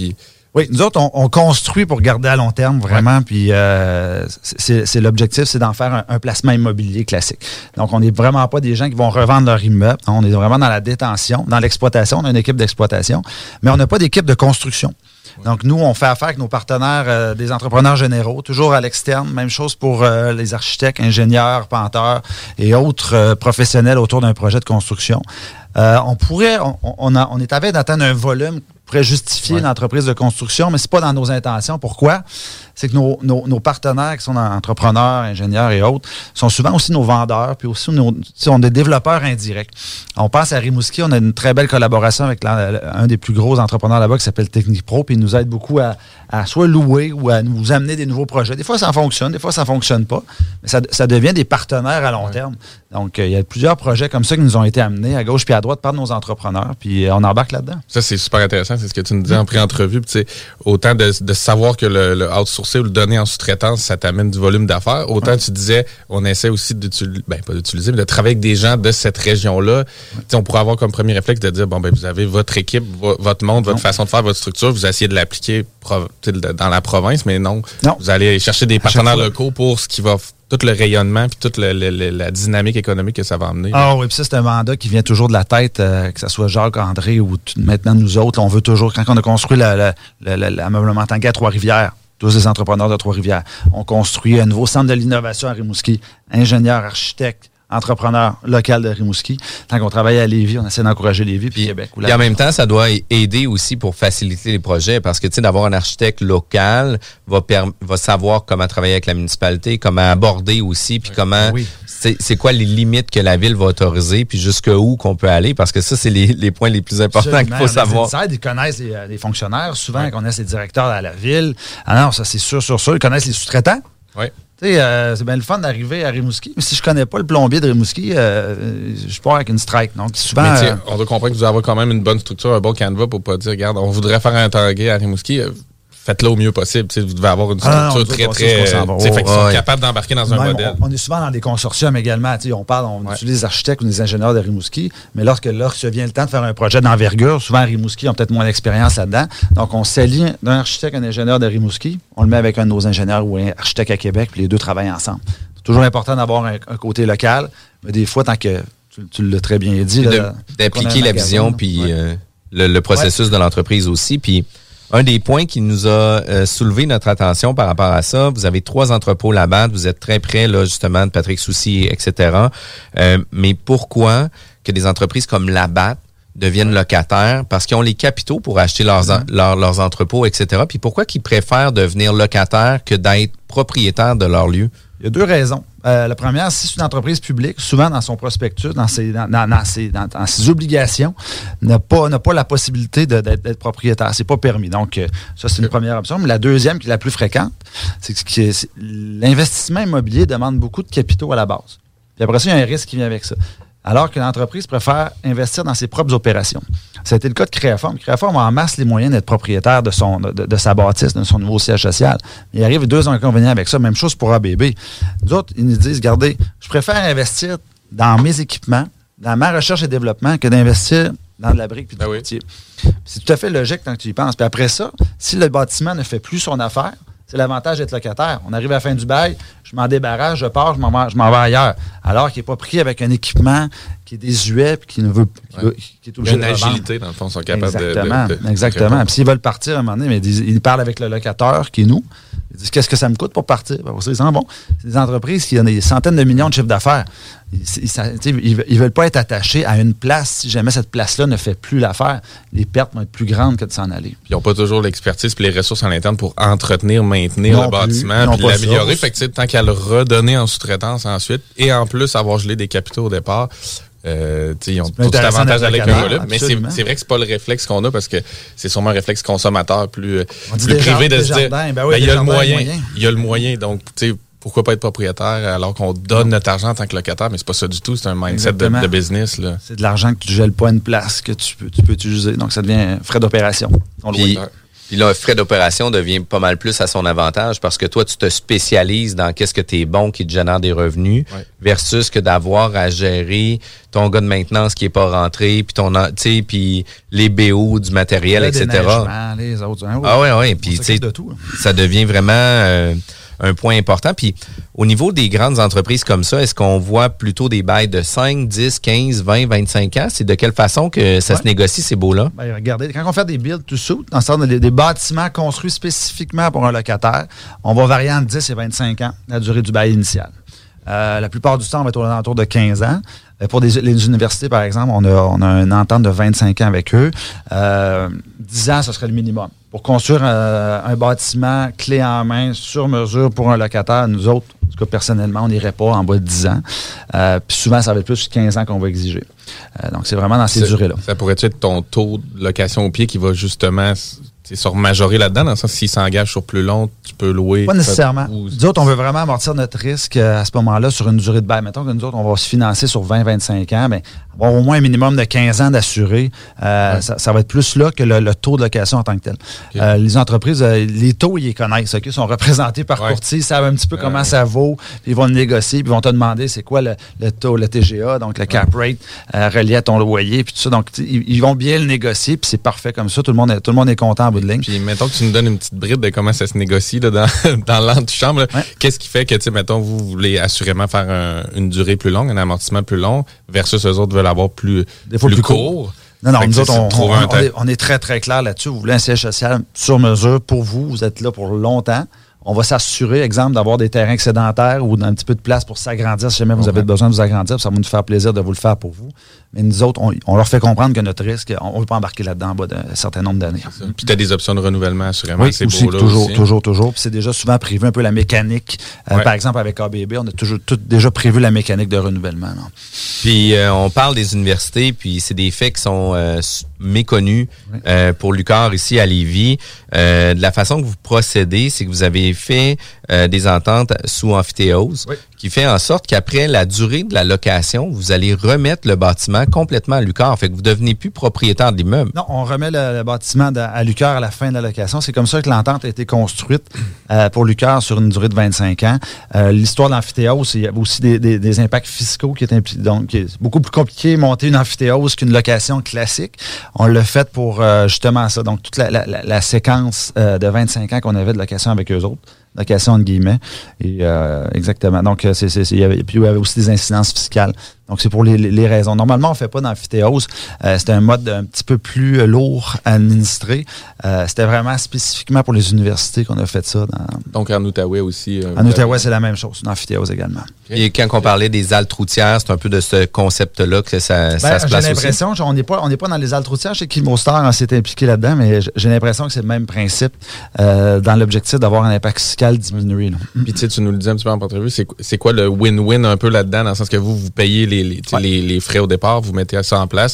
Oui, nous autres, on, on construit pour garder à long terme, vraiment. Ouais. Puis euh, c'est, c'est l'objectif, c'est d'en faire un, un placement immobilier classique. Donc, on n'est vraiment pas des gens qui vont revendre leur immeuble. On est vraiment dans la détention, dans l'exploitation. On a une équipe d'exploitation, mais on n'a pas d'équipe de construction. Donc, nous, on fait affaire avec nos partenaires, euh, des entrepreneurs généraux, toujours à l'externe. Même chose pour euh, les architectes, ingénieurs, penteurs et autres euh, professionnels autour d'un projet de construction. Euh, on pourrait, on, on, a, on est à veille d'atteindre un volume qui pourrait justifier ouais. une entreprise de construction, mais c'est pas dans nos intentions. Pourquoi? C'est que nos, nos, nos partenaires qui sont entrepreneurs, ingénieurs et autres sont souvent aussi nos vendeurs, puis aussi nos, on est des développeurs indirects. On pense à Rimouski, on a une très belle collaboration avec la, un des plus gros entrepreneurs là-bas qui s'appelle Technipro, puis ils nous aident beaucoup à, à soit louer ou à nous amener des nouveaux projets. Des fois, ça fonctionne, des fois, ça fonctionne pas, mais ça, ça devient des partenaires à long ouais. terme. Donc, euh, il y a plusieurs projets comme ça qui nous ont été amenés à gauche puis à droite par nos entrepreneurs, puis euh, on embarque là-dedans. Ça, c'est super intéressant, c'est ce que tu nous disais en pré-entrevue. Puis, autant de, de savoir que le, le outsourcer ou le donner en sous-traitance, ça t'amène du volume d'affaires, autant ouais. tu disais, on essaie aussi d'utiliser, ben pas d'utiliser, mais de travailler avec des gens de cette région-là. Ouais. On pourrait avoir comme premier réflexe de dire, bon, ben vous avez votre équipe, vo- votre monde, votre non. façon de faire, votre structure, vous essayez de l'appliquer pro- dans la province, mais non, non. Vous allez chercher des partenaires locaux pour ce qui va tout le rayonnement puis toute le, le, le, la dynamique économique que ça va amener. Ah oui, puis ça, c'est un mandat qui vient toujours de la tête, euh, que ce soit Jacques, André ou t- maintenant nous autres. Là, on veut toujours, quand on a construit l'ameublement Tanguay à Trois-Rivières, tous les entrepreneurs de Trois-Rivières, on construit un nouveau centre de l'innovation à Rimouski, ingénieurs, architectes, entrepreneur local de Rimouski. Tant qu'on travaille à Lévis, on essaie d'encourager Lévis puis Québec. Et en même temps, ça doit aider aussi pour faciliter les projets parce que, tu sais, d'avoir un architecte local va, per- va savoir comment travailler avec la municipalité, comment aborder aussi, puis oui. comment, oui. c'est, c'est quoi les limites que la ville va autoriser, puis jusqu'où qu'on peut aller, parce que ça, c'est les, les points les plus importants Absolument. qu'il faut savoir. Ils connaissent les, les fonctionnaires, souvent, oui. ils connaissent les directeurs à la ville. Alors, ça, c'est sûr, sûr, sûr. Ils connaissent les sous-traitants. Oui. Tu sais, euh, c'est bien le fun d'arriver à Rimouski, mais si je connais pas le plombier de Rimouski, euh, je pars avec une strike. Donc, souvent. Mais euh, on doit comprendre que vous avez quand même une bonne structure, un bon canevas pour pas dire, regarde, on voudrait faire un Tanguay à Rimouski. Euh, faites-le au mieux possible. T'sais, vous devez avoir une structure ah non, très, très... très euh, fait qu'ils sont ouais. capables d'embarquer dans un Même, modèle. On, on est souvent dans des consortiums également. T'sais, on parle, on ouais. utilise des architectes ou des ingénieurs de Rimouski, mais lorsque, lorsque vient le temps de faire un projet d'envergure, souvent à Rimouski, ils ont peut-être moins d'expérience là-dedans. Donc, on s'allie d'un architecte et un ingénieur de Rimouski, on le met avec un de nos ingénieurs ou un architecte à Québec, puis les deux travaillent ensemble. C'est toujours important d'avoir un, un côté local, mais des fois, tant que tu, tu l'as très bien dit... Là, de, d'appliquer la vision, puis ouais. euh, le, le processus ouais. de l'entreprise aussi, puis... Un des points qui nous a euh, soulevé notre attention par rapport à ça, vous avez trois entrepôts là-bas, vous êtes très près là justement de Patrick Soucy, et cetera. Euh, mais pourquoi que des entreprises comme Labatt deviennent locataires? Parce qu'ils ont les capitaux pour acheter leurs, en, leurs, leurs entrepôts, et cetera. Puis pourquoi qu'ils préfèrent devenir locataires que d'être propriétaires de leur lieu? Il y a deux raisons. Euh, la première, si c'est une entreprise publique, souvent dans son prospectus, dans ses, dans, dans, dans ses, dans, dans ses obligations, n'a pas, n'a pas la possibilité de, d'être, d'être propriétaire. C'est pas permis. Donc, euh, ça, c'est une première option. Mais la deuxième, qui est la plus fréquente, c'est que c'est, l'investissement immobilier demande beaucoup de capitaux à la base. Puis après ça, il y a un risque qui vient avec ça. Alors que l'entreprise préfère investir dans ses propres opérations. Ça a été le cas de Créaforme. Créaforme a en masse les moyens d'être propriétaire de, son, de, de sa bâtisse, de son nouveau siège social. Il arrive deux inconvénients avec ça. Même chose pour A B B. Nous autres, ils nous disent, regardez, je préfère investir dans mes équipements, dans ma recherche et développement, que d'investir dans de la brique et du mortier. Ah oui. C'est tout à fait logique tant que tu y penses. Puis après ça, si le bâtiment ne fait plus son affaire, c'est l'avantage d'être locataire. On arrive à la fin du bail, je m'en débarrasse, je pars, je m'en, je m'en vais ailleurs. Alors qu'il n'est pas pris avec un équipement qui est désuet et qui ne veut qui, ouais. qui est obligé une de revendre. agilité, dans le fond, ils sont capables exactement, de... de, de exactement. De puis s'ils veulent partir à un moment donné, mais ils, ils parlent avec le locateur, qui est nous. Ils disent, qu'est-ce que ça me coûte pour partir? Ben, ils disent, bon, c'est des entreprises qui ont des centaines de millions de chiffres d'affaires. Ils ne veulent pas être attachés à une place si jamais cette place-là ne fait plus l'affaire. Les pertes vont être plus grandes que de s'en aller. Puis ils n'ont pas toujours l'expertise et les ressources en interne pour entretenir, maintenir non le plus, bâtiment puis l'améliorer. Fait que, tant qu'à le redonner en sous-traitance ensuite et en plus avoir gelé des capitaux au départ, Euh, ils ont tout avantage avec un volume, mais c'est, c'est vrai que c'est pas le réflexe qu'on a parce que c'est sûrement un réflexe consommateur plus, plus privé de se dire ben oui, ben, il y a le moyen, il y a le moyen, donc tu sais pourquoi pas être propriétaire alors qu'on donne non. notre argent en tant que locataire, mais c'est pas ça du tout, c'est un mindset de, de business là. C'est de l'argent que tu gèles pas une place que tu peux tu peux utiliser, donc ça devient frais d'opération. Puis, Puis là, un frais d'opération devient pas mal plus à son avantage parce que toi, tu te spécialises dans qu'est-ce que tu es bon qui te génère des revenus ouais. versus que d'avoir à gérer ton gars de maintenance qui est pas rentré, puis ton, tu sais, puis les B O du matériel, et cetera. Les autres, hein, oui. Ah ouais, ouais. Puis tu sais, ça devient vraiment euh, un point important. Puis au niveau des grandes entreprises comme ça, est-ce qu'on voit plutôt des bails de cinq, dix, quinze, vingt, vingt-cinq ans? C'est de quelle façon que ça ouais. se négocie, ces baux-là? Ben, regardez, quand on fait des build to suit, dans le sens des, des bâtiments construits spécifiquement pour un locataire, on va varier entre dix et vingt-cinq ans la durée du bail initial. Euh, la plupart du temps, on va être aux alentours de quinze ans. Euh, pour des, les universités, par exemple, on a, on a une entente de vingt-cinq ans avec eux. Euh, dix ans, ce serait le minimum. Pour construire euh, un bâtiment clé en main, sur mesure pour un locataire, nous autres, en tout cas personnellement, on n'irait pas en bas de dix ans. Euh, puis souvent, ça va être plus de quinze ans qu'on va exiger. Euh, donc, c'est vraiment dans ces durées-là. Ça pourrait-tu être ton taux de location au pied qui va justement se majorer là-dedans, dans le sens s'il s'engage sur plus long, tu peux louer? Pas nécessairement. Ou... Nous autres, on veut vraiment amortir notre risque à ce moment-là sur une durée de bail. Mettons que nous autres, on va se financer sur vingt à vingt-cinq ans, bien, avoir au moins un minimum de quinze ans d'assuré. Euh, ouais. ça, ça va être plus là que le, le taux de location en tant que tel. Okay. Euh, les entreprises, euh, les taux, ils les connaissent. Okay? Ils sont représentés par ouais. courtiers, ils savent un petit peu comment ouais. ça vaut, puis ils vont le négocier, puis ils vont te demander c'est quoi le, le taux, le T G A, donc le cap rate euh, relié à ton loyer, puis tout ça. Donc, ils, ils vont bien le négocier, puis c'est parfait comme ça. Tout le monde est, tout le monde est content en bout de ligne. Puis, mettons que tu nous donnes une petite bride de comment ça se négocie là, dans, dans l'antichambre. Ouais. Qu'est-ce qui fait que, tu sais, mettons, vous voulez assurément faire un, une durée plus longue, un amortissement plus long, versus eux autres veulent avoir plus, Des fois plus, plus court. court. Non, non, nous autres, on, on, on, est, on est très, très clair là-dessus. Vous voulez un siège social sur mesure pour vous. Vous êtes là pour longtemps. On va s'assurer, exemple, d'avoir des terrains excédentaires ou un petit peu de place pour s'agrandir si jamais vous avez besoin de vous agrandir. Ça va nous faire plaisir de vous le faire pour vous. Mais nous autres, on, on leur fait comprendre que notre risque, on ne veut pas embarquer là-dedans en bas d'un certain nombre d'années. Puis tu as des options de renouvellement, assurément. Oui, c'est aussi, beau, là toujours, aussi. toujours, toujours. Puis c'est déjà souvent prévu un peu la mécanique. Euh, ouais. Par exemple, avec A B B, on a toujours tout, déjà prévu la mécanique de renouvellement. Non? Puis euh, on parle des universités, puis c'est des faits qui sont euh, méconnus oui. euh, pour l'U Q A R ici à Lévis. Euh, de la façon que vous procédez, c'est que vous avez fait euh, des ententes sous amphithéose, oui. qui fait en sorte qu'après la durée de la location, vous allez remettre le bâtiment complètement à l'U Q A R. Fait que vous ne devenez plus propriétaire de l'immeuble. Non, on remet le, le bâtiment à l'U Q A R à la fin de la location. C'est comme ça que l'entente a été construite euh, pour l'U Q A R sur une durée de vingt-cinq ans. Euh, l'histoire de l'amphithéose, il y a aussi des, des, des impacts fiscaux qui est impliqués. Donc, c'est beaucoup plus compliqué de monter une amphithéose qu'une location classique. On l'a fait pour euh, justement ça. Donc, toute la, la, la séquence euh, de vingt-cinq ans qu'on avait de location avec eux autres. Location entre guillemets. Et euh, exactement. Donc, c'est, c'est, c'est, il y avait, puis il y avait aussi des incidences fiscales. Donc, c'est pour les, les raisons. Normalement, on ne fait pas d'amphithéose. Euh, c'était un mode un petit peu plus lourd à administrer. Euh, c'était vraiment spécifiquement pour les universités qu'on a fait ça. Dans... Donc, en Outaouais aussi. Euh, en Outaouais, c'est la même chose. Une amphithéose également. Okay. Et quand on parlait des haltes routières, c'est un peu de ce concept-là que ça, ben, ça se place aussi? J'ai l'impression, on n'est pas, on n'est pas dans les haltes routières. Je sais qu'Imostar s'est impliqué là-dedans, mais j'ai l'impression que c'est le même principe euh, dans l'objectif d'avoir un impact fiscal diminué. Puis, tu sais, tu nous le disais un petit peu en entrevue, c'est, c'est quoi le win-win un peu là-dedans, dans le sens que vous, vous payez les Les, ouais. les, les frais au départ, vous mettez ça en place.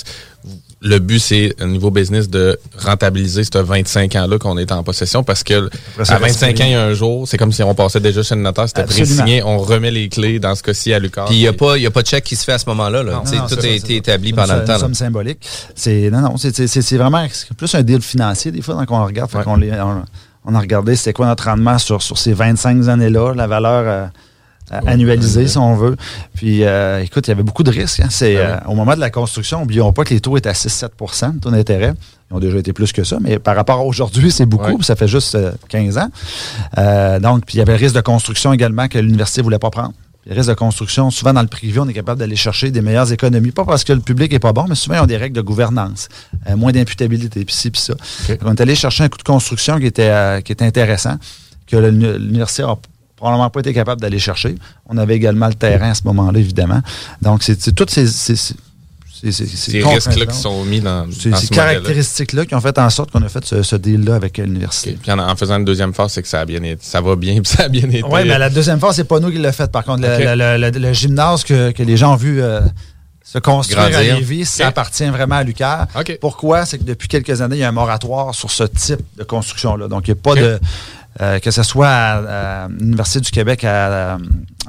Le but, c'est, au niveau business, de rentabiliser ce vingt-cinq ans-là qu'on est en possession, parce que à vingt-cinq ans, il y a un jour, c'est comme si on passait déjà chez le notaire, c'était pré-signé, on remet les clés, dans ce cas-ci, à l'U Q A R. Puis il n'y a, a pas de chèque qui se fait à ce moment-là. Là. Non, non, tout a été établi pendant une, le temps. C'est une somme symbolique. C'est, non, non, c'est, c'est, c'est vraiment plus un deal financier, des fois, donc on regarde. Ouais. On, les, on, on a regardé c'était quoi notre rendement sur, sur ces vingt-cinq années-là, la valeur... Euh, Euh, annualisé, ouais. si on veut. Puis, euh, écoute, il y avait beaucoup de risques. Hein. C'est, ouais. euh, au moment de la construction, n'oublions pas que les taux étaient à six à sept pour cent de taux d'intérêt. Ils ont déjà été plus que ça, mais par rapport à aujourd'hui, c'est beaucoup. Ouais. Ça fait juste euh, quinze ans. Euh, donc, puis il y avait le risque de construction également que l'université ne voulait pas prendre. Les risques de construction, souvent dans le privé, on est capable d'aller chercher des meilleures économies. Pas parce que le public n'est pas bon, mais souvent, ils ont des règles de gouvernance. Euh, moins d'imputabilité, puis ci, puis ça. Okay. Donc, on est allé chercher un coût de construction qui était, euh, qui était intéressant, que l'université a probablement pas été capable d'aller chercher. On avait également le terrain à ce moment-là, évidemment. Donc, c'est, c'est toutes ces... ces, ces C'est, c'est, c'est ces risques-là qui sont mis dans, c'est, dans ces ce caractéristiques-là qui ont fait en sorte qu'on a fait ce, ce deal-là avec l'université. Okay. Puis en, en faisant une deuxième phase, c'est que ça a bien été, ça va bien, puis ça a bien été. Oui, mais la deuxième phase, c'est pas nous qui l'a fait. Par contre, okay. le, le, le, le gymnase que, que les gens ont vu euh, se construire Grandir. à Lévis, ça okay. appartient vraiment à l'U Q A R. Okay. Pourquoi? C'est que depuis quelques années, il y a un moratoire sur ce type de construction-là. Donc, il n'y a pas okay. de... Euh, que ce soit à, à l'Université du Québec, à,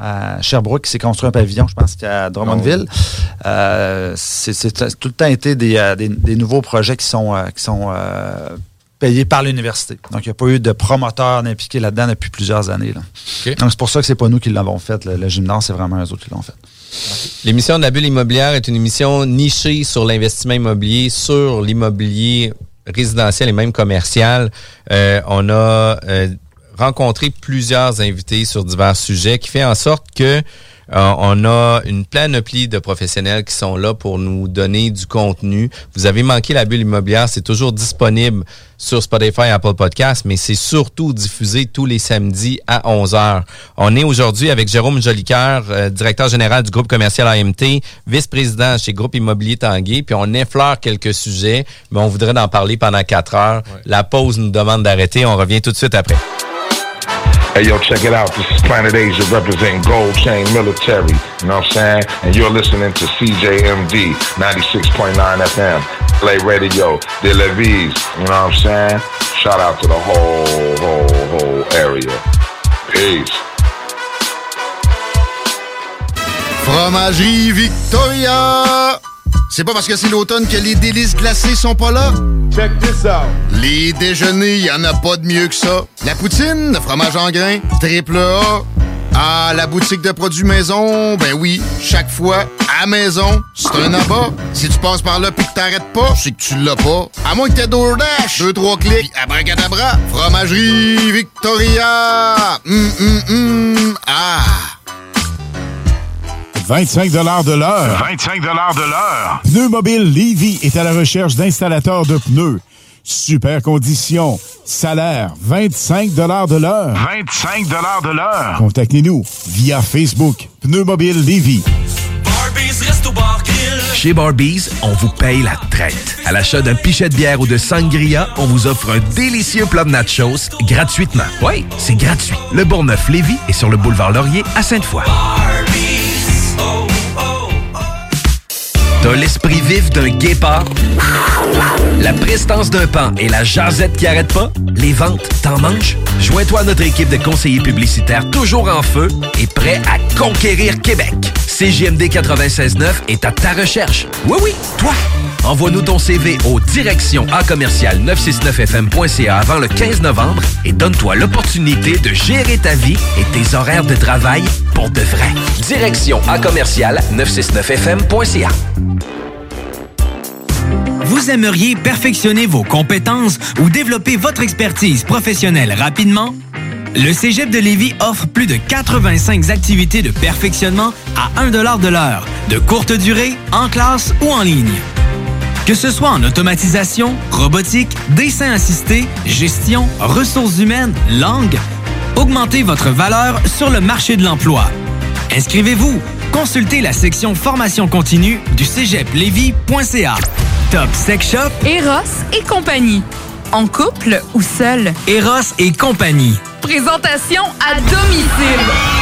à Sherbrooke, qui s'est construit un pavillon, je pense qu'à Drummondville. Euh, c'est, c'est tout le temps été des, des, des nouveaux projets qui sont, euh, qui sont euh, payé par l'université. Donc, il n'y a pas eu de promoteur impliqué là-dedans depuis plusieurs années. Là. Okay. Donc, c'est pour ça que c'est pas nous qui l'avons fait. Le, le gymnase, c'est vraiment eux autres qui l'ont fait. L'émission de la bulle immobilière est une émission nichée sur l'investissement immobilier, sur l'immobilier résidentiel et même commercial. Euh, on a euh, rencontré plusieurs invités sur divers sujets qui fait en sorte que Euh, on a une panoplie de professionnels qui sont là pour nous donner du contenu. Vous avez manqué la bulle immobilière, c'est toujours disponible sur Spotify et Apple Podcasts, mais c'est surtout diffusé tous les samedis à onze heures. On est aujourd'hui avec Jérôme Jolicoeur, euh, directeur général du groupe commercial A M T, vice-président chez Groupe Immobilier Tanguay, puis on effleure quelques sujets, mais on voudrait en parler pendant quatre heures. Ouais. La pause nous demande d'arrêter, on revient tout de suite après. Hey, yo, check it out. This is Planet Asia representing Gold Chain Military. You know what I'm saying? And you're listening to C J M D ninety-six point nine F M. Play Radio, De La Vise. You know what I'm saying? Shout out to the whole, whole, whole area. Peace. Fromagerie Victoria! C'est pas parce que c'est l'automne que les délices glacées sont pas là? Check this out! Les déjeuners, y en a pas de mieux que ça. La poutine, le fromage en grains, triple A. Ah, la boutique de produits maison, ben oui, chaque fois, à maison, c'est un abat. Si tu passes par là pis que t'arrêtes pas, c'est que tu l'as pas. À moins que t'aies DoorDash, deux, trois clics, abracadabra. Fromagerie Victoria! Hum, hum, hum, ah! vingt-cinq dollars de l'heure. vingt-cinq dollars de l'heure. Pneumobile Lévis est à la recherche d'installateurs de pneus. Super conditions. Salaire, vingt-cinq dollars de l'heure. vingt-cinq dollars de l'heure. Contactez-nous via Facebook. Pneumobile Lévis. Chez Barbies, on vous paye la traite. À l'achat d'un pichet de bière ou de sangria, on vous offre un délicieux plat de nachos gratuitement. Oui, c'est gratuit. Le Bourgneuf-Lévis est sur le boulevard Laurier à Sainte-Foy. T'as l'esprit vif d'un guépard, la prestance d'un paon et la jasette qui arrête pas? Les ventes, t'en manges? Joins-toi à notre équipe de conseillers publicitaires toujours en feu et prêts à conquérir Québec. C J M D quatre-vingt-seize neuf est à ta recherche. Oui, oui, toi! Envoie-nous ton C V au direction A commercial neuf cent soixante-neuf F M point C A avant le quinze novembre et donne-toi l'opportunité de gérer ta vie et tes horaires de travail pour de vrai. Direction A commercial neuf cent soixante-neuf F M point C A. Vous aimeriez perfectionner vos compétences ou développer votre expertise professionnelle rapidement? Le Cégep de Lévis offre plus de quatre-vingt-cinq activités de perfectionnement à un dollar de l'heure, de courte durée, en classe ou en ligne. Que ce soit en automatisation, robotique, dessin assisté, gestion, ressources humaines, langue, augmentez votre valeur sur le marché de l'emploi. Inscrivez-vous. Consultez la section formation continue du cégep lévis point C A. Top Sex Shop, Eros et compagnie. En couple ou seul? Eros et compagnie. Présentation à domicile.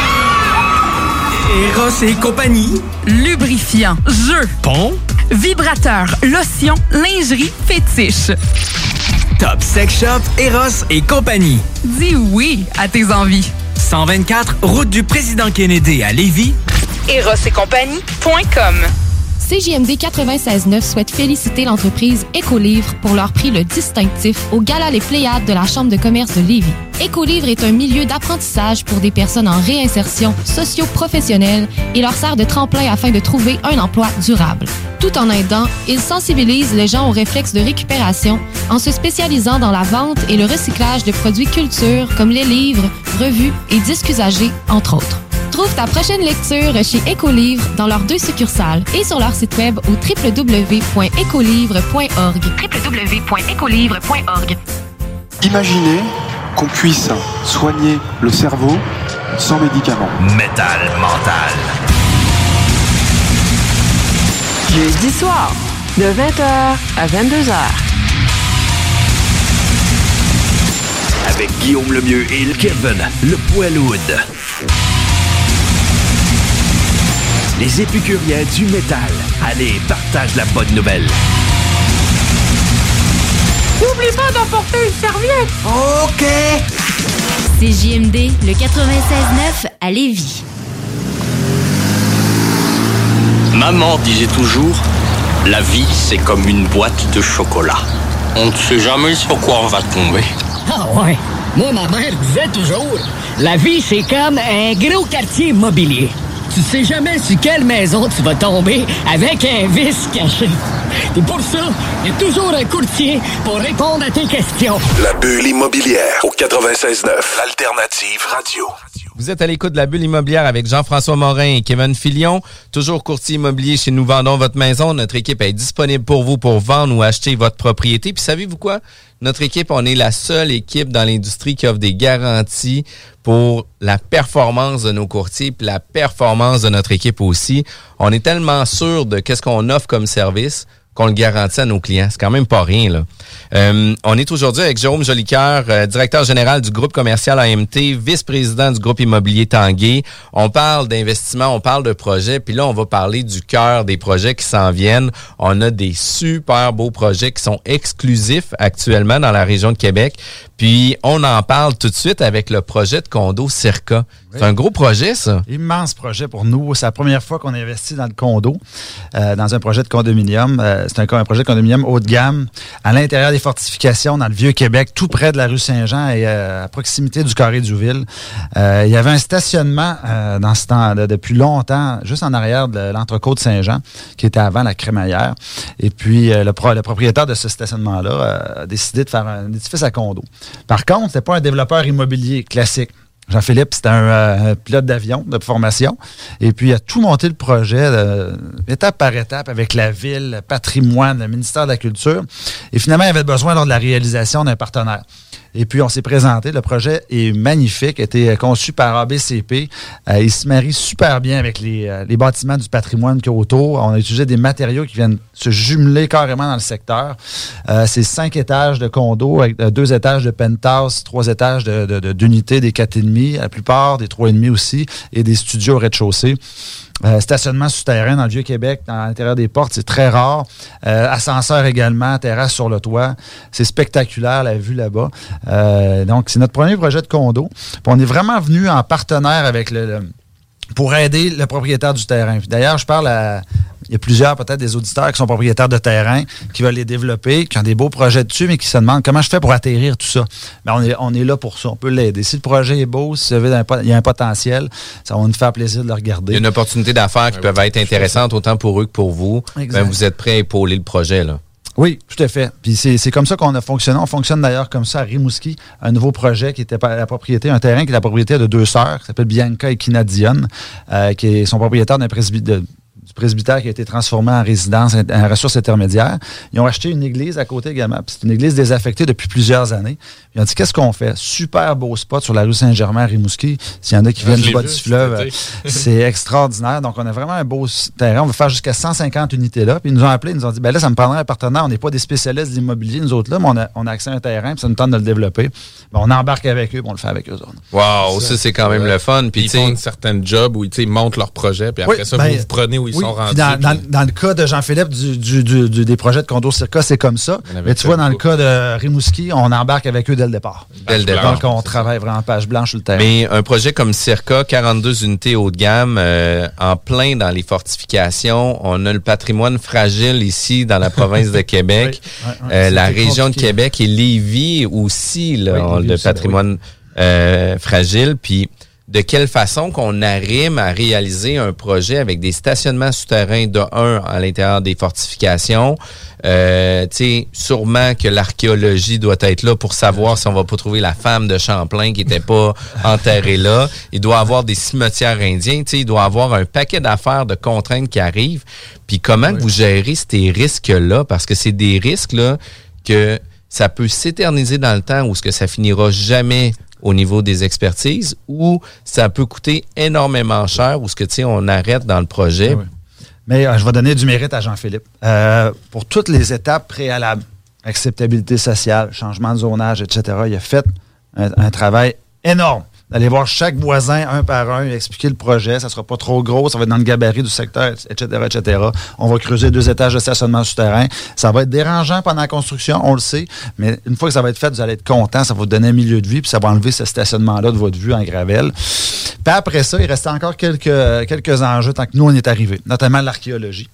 Eros et compagnie. Lubrifiant, jeu, pont, vibrateur, lotion, lingerie, fétiche. Top Sex Shop, Eros et compagnie. Dis oui à tes envies. cent vingt-quatre, route du Président Kennedy à Lévis. Eros et compagnie point com. C J M D quatre-vingt-seize neuf souhaite féliciter l'entreprise Écolivre pour leur prix le distinctif au Gala Les Pléiades de la Chambre de commerce de Lévis. Écolivre est un milieu d'apprentissage pour des personnes en réinsertion socio-professionnelle et leur sert de tremplin afin de trouver un emploi durable. Tout en aidant, il sensibilise les gens aux réflexes de récupération en se spécialisant dans la vente et le recyclage de produits culture comme les livres, revues et disques usagés, entre autres. Trouve ta prochaine lecture chez Écolivre dans leurs deux succursales et sur leur site web au w w w point écolivre point org. w w w point écolivre point org. Imaginez qu'on puisse soigner le cerveau sans médicaments. Métal mental. Jeudi soir, de vingt heures à vingt-deux heures. Avec Guillaume Lemieux et Kevin, le Poilhoud. Les épicuriens du métal. Allez, partage la bonne nouvelle. N'oublie pas d'emporter une serviette. OK. C J M D, le quatre-vingt-seize neuf à Lévis. Maman disait toujours, la vie c'est comme une boîte de chocolat. On ne sait jamais sur quoi on va tomber. Ah ouais. Moi, ma mère disait toujours, la vie, c'est comme un gros quartier immobilier. Tu sais jamais sur quelle maison tu vas tomber avec un vice caché. Et pour ça, il y a toujours un courtier pour répondre à tes questions. La bulle immobilière au quatre-vingt-seize neuf, l'alternative radio. Vous êtes à l'écoute de la bulle immobilière avec Jean-François Morin et Kevin Filion, toujours courtier immobilier chez Nous Vendons Votre Maison. Notre équipe est disponible pour vous pour vendre ou acheter votre propriété. Puis savez-vous quoi? Notre équipe, on est la seule équipe dans l'industrie qui offre des garanties pour la performance de nos courtiers puis la performance de notre équipe aussi. On est tellement sûr de qu'est-ce qu'on offre comme service qu'on le garantit à nos clients. C'est quand même pas rien, là. Euh, on est aujourd'hui avec Jérôme Jolicoeur, euh, directeur général du groupe commercial A M T, vice-président du groupe immobilier Tanguay. On parle d'investissement, on parle de projets, puis là, on va parler du cœur des projets qui s'en viennent. On a des super beaux projets qui sont exclusifs actuellement dans la région de Québec. Puis, on en parle tout de suite avec le projet de condo Circa. Oui. C'est un gros projet, ça. Immense projet pour nous. C'est la première fois qu'on investit dans le condo, euh, dans un projet de condominium. Euh, c'est un, un projet de condominium haut de gamme, à l'intérieur des fortifications, dans le Vieux-Québec, tout près de la rue Saint-Jean et euh, à proximité du Carré d'Youville. Euh, il y avait un stationnement euh, dans ce temps, de, depuis longtemps, juste en arrière de l'entrecôte Saint-Jean, qui était avant la crémaillère. Et puis, euh, le, pro, le propriétaire de ce stationnement-là euh, a décidé de faire un édifice à condo. Par contre, c'était pas un développeur immobilier classique. Jean-Philippe, c'était un euh, pilote d'avion de formation. Et puis, il a tout monté le projet, euh, étape par étape, avec la ville, le patrimoine, le ministère de la Culture. Et finalement, il avait besoin, lors de la réalisation, d'un partenaire. Et puis, on s'est présenté. Le projet est magnifique, a été conçu par A B C P. Euh, il se marie super bien avec les, euh, les bâtiments du patrimoine qu'il y a autour. On a utilisé des matériaux qui viennent se jumeler carrément dans le secteur. Euh, c'est cinq étages de condos, avec euh, deux étages de penthouse, trois étages de, de, de, d'unités, des quatre et demi, la plupart, des trois et demi aussi, et des studios au rez-de-chaussée. Euh, stationnement souterrain dans le Vieux-Québec, dans l'intérieur des portes, c'est très rare. Euh, ascenseur également, terrasse sur le toit. C'est spectaculaire, la vue là-bas. Euh, donc, c'est notre premier projet de condo. Puis on est vraiment venu en partenaire avec le, le pour aider le propriétaire du terrain. Puis d'ailleurs, je parle à... Il y a plusieurs, peut-être, des auditeurs qui sont propriétaires de terrain, qui veulent les développer, qui ont des beaux projets dessus, mais qui se demandent comment je fais pour atterrir tout ça. Bien, on est, on est là pour ça. On peut l'aider. Si le projet est beau, si il y a un potentiel, ça va nous faire plaisir de le regarder. Il y a une opportunité d'affaires qui ouais, peuvent être intéressantes autant pour eux que pour vous. Bien, vous êtes prêts à épauler le projet, là. Oui, tout à fait. Puis c'est, c'est comme ça qu'on a fonctionné. On fonctionne d'ailleurs comme ça à Rimouski, un nouveau projet qui était la propriété, un terrain qui est la propriété de deux sœurs, qui s'appelle Bianca et Kina Dionne, euh, qui est son propriétaire d'un presbytère. Du presbytère qui a été transformé en résidence, en ressources intermédiaires. Ils ont acheté une église à côté également. Puis c'est une église désaffectée depuis plusieurs années. Ils ont dit, qu'est-ce qu'on fait? Super beau spot sur la rue Saint-Germain à Rimouski. S'il y en a qui viennent du bas du fleuve, c'est extraordinaire. Donc, on a vraiment un beau terrain. On va faire jusqu'à cent cinquante unités là. Puis ils nous ont appelés, ils nous ont dit, ben là, ça me prendrait un partenaire. On n'est pas des spécialistes de l'immobilier, nous autres là, mais on a, on a accès à un terrain, puis ça nous tente de le développer. Ben, on embarque avec eux, puis on le fait avec eux. Wow, ça, ça c'est quand même ouais. le fun. Puis ils font une certaine job où ils montent leur projet, puis après oui, ça, ben, vous, vous prenez où ils oui, sont rendus. Dans, dans, dans le cas de Jean-Philippe, du, du, du, du, des projets de condo Circa, c'est comme ça. Mais tu vois, dans le cas de Rimouski, on embarque avec eux dès le départ. Dès le départ. Donc, on travaille vraiment page blanche sur le terrain. Mais un projet comme Circa, quarante-deux unités haut de gamme, euh, en plein dans les fortifications. On a le patrimoine fragile ici, dans la province de Québec. Oui, ouais, ouais, euh, la région compliqué. de Québec et Lévis aussi, là, oui, on, le aussi, patrimoine oui. euh, fragile. Puis, de quelle façon qu'on arrive à réaliser un projet avec des stationnements souterrains de un à l'intérieur des fortifications. Euh, tu sais, sûrement que l'archéologie doit être là pour savoir si on va pas trouver la femme de Champlain qui était pas enterrée là. Il doit avoir des cimetières indiens. Tu sais, il doit avoir un paquet d'affaires, de contraintes qui arrivent. Puis comment oui. vous gérez ces risques-là? Parce que c'est des risques-là que ça peut s'éterniser dans le temps ou ce que ça finira jamais au niveau des expertises, ou ça peut coûter énormément cher, ou ce que, tu sais, on arrête dans le projet. Oui. Mais euh, je vais donner du mérite à Jean-Philippe. Euh, pour toutes les étapes préalables, acceptabilité sociale, changement de zonage, et cetera, il a fait un, un travail énorme. D'aller voir chaque voisin un par un, expliquer le projet, ça sera pas trop gros, ça va être dans le gabarit du secteur, et cetera, et cetera. On va creuser deux étages de stationnement souterrain. Ça va être dérangeant pendant la construction, on le sait, mais une fois que ça va être fait, vous allez être content, ça va vous donner un milieu de vie, puis ça va enlever ce stationnement-là de votre vue en gravelle. Puis après ça, il restait encore quelques, quelques enjeux tant que nous, on est arrivés, notamment l'archéologie.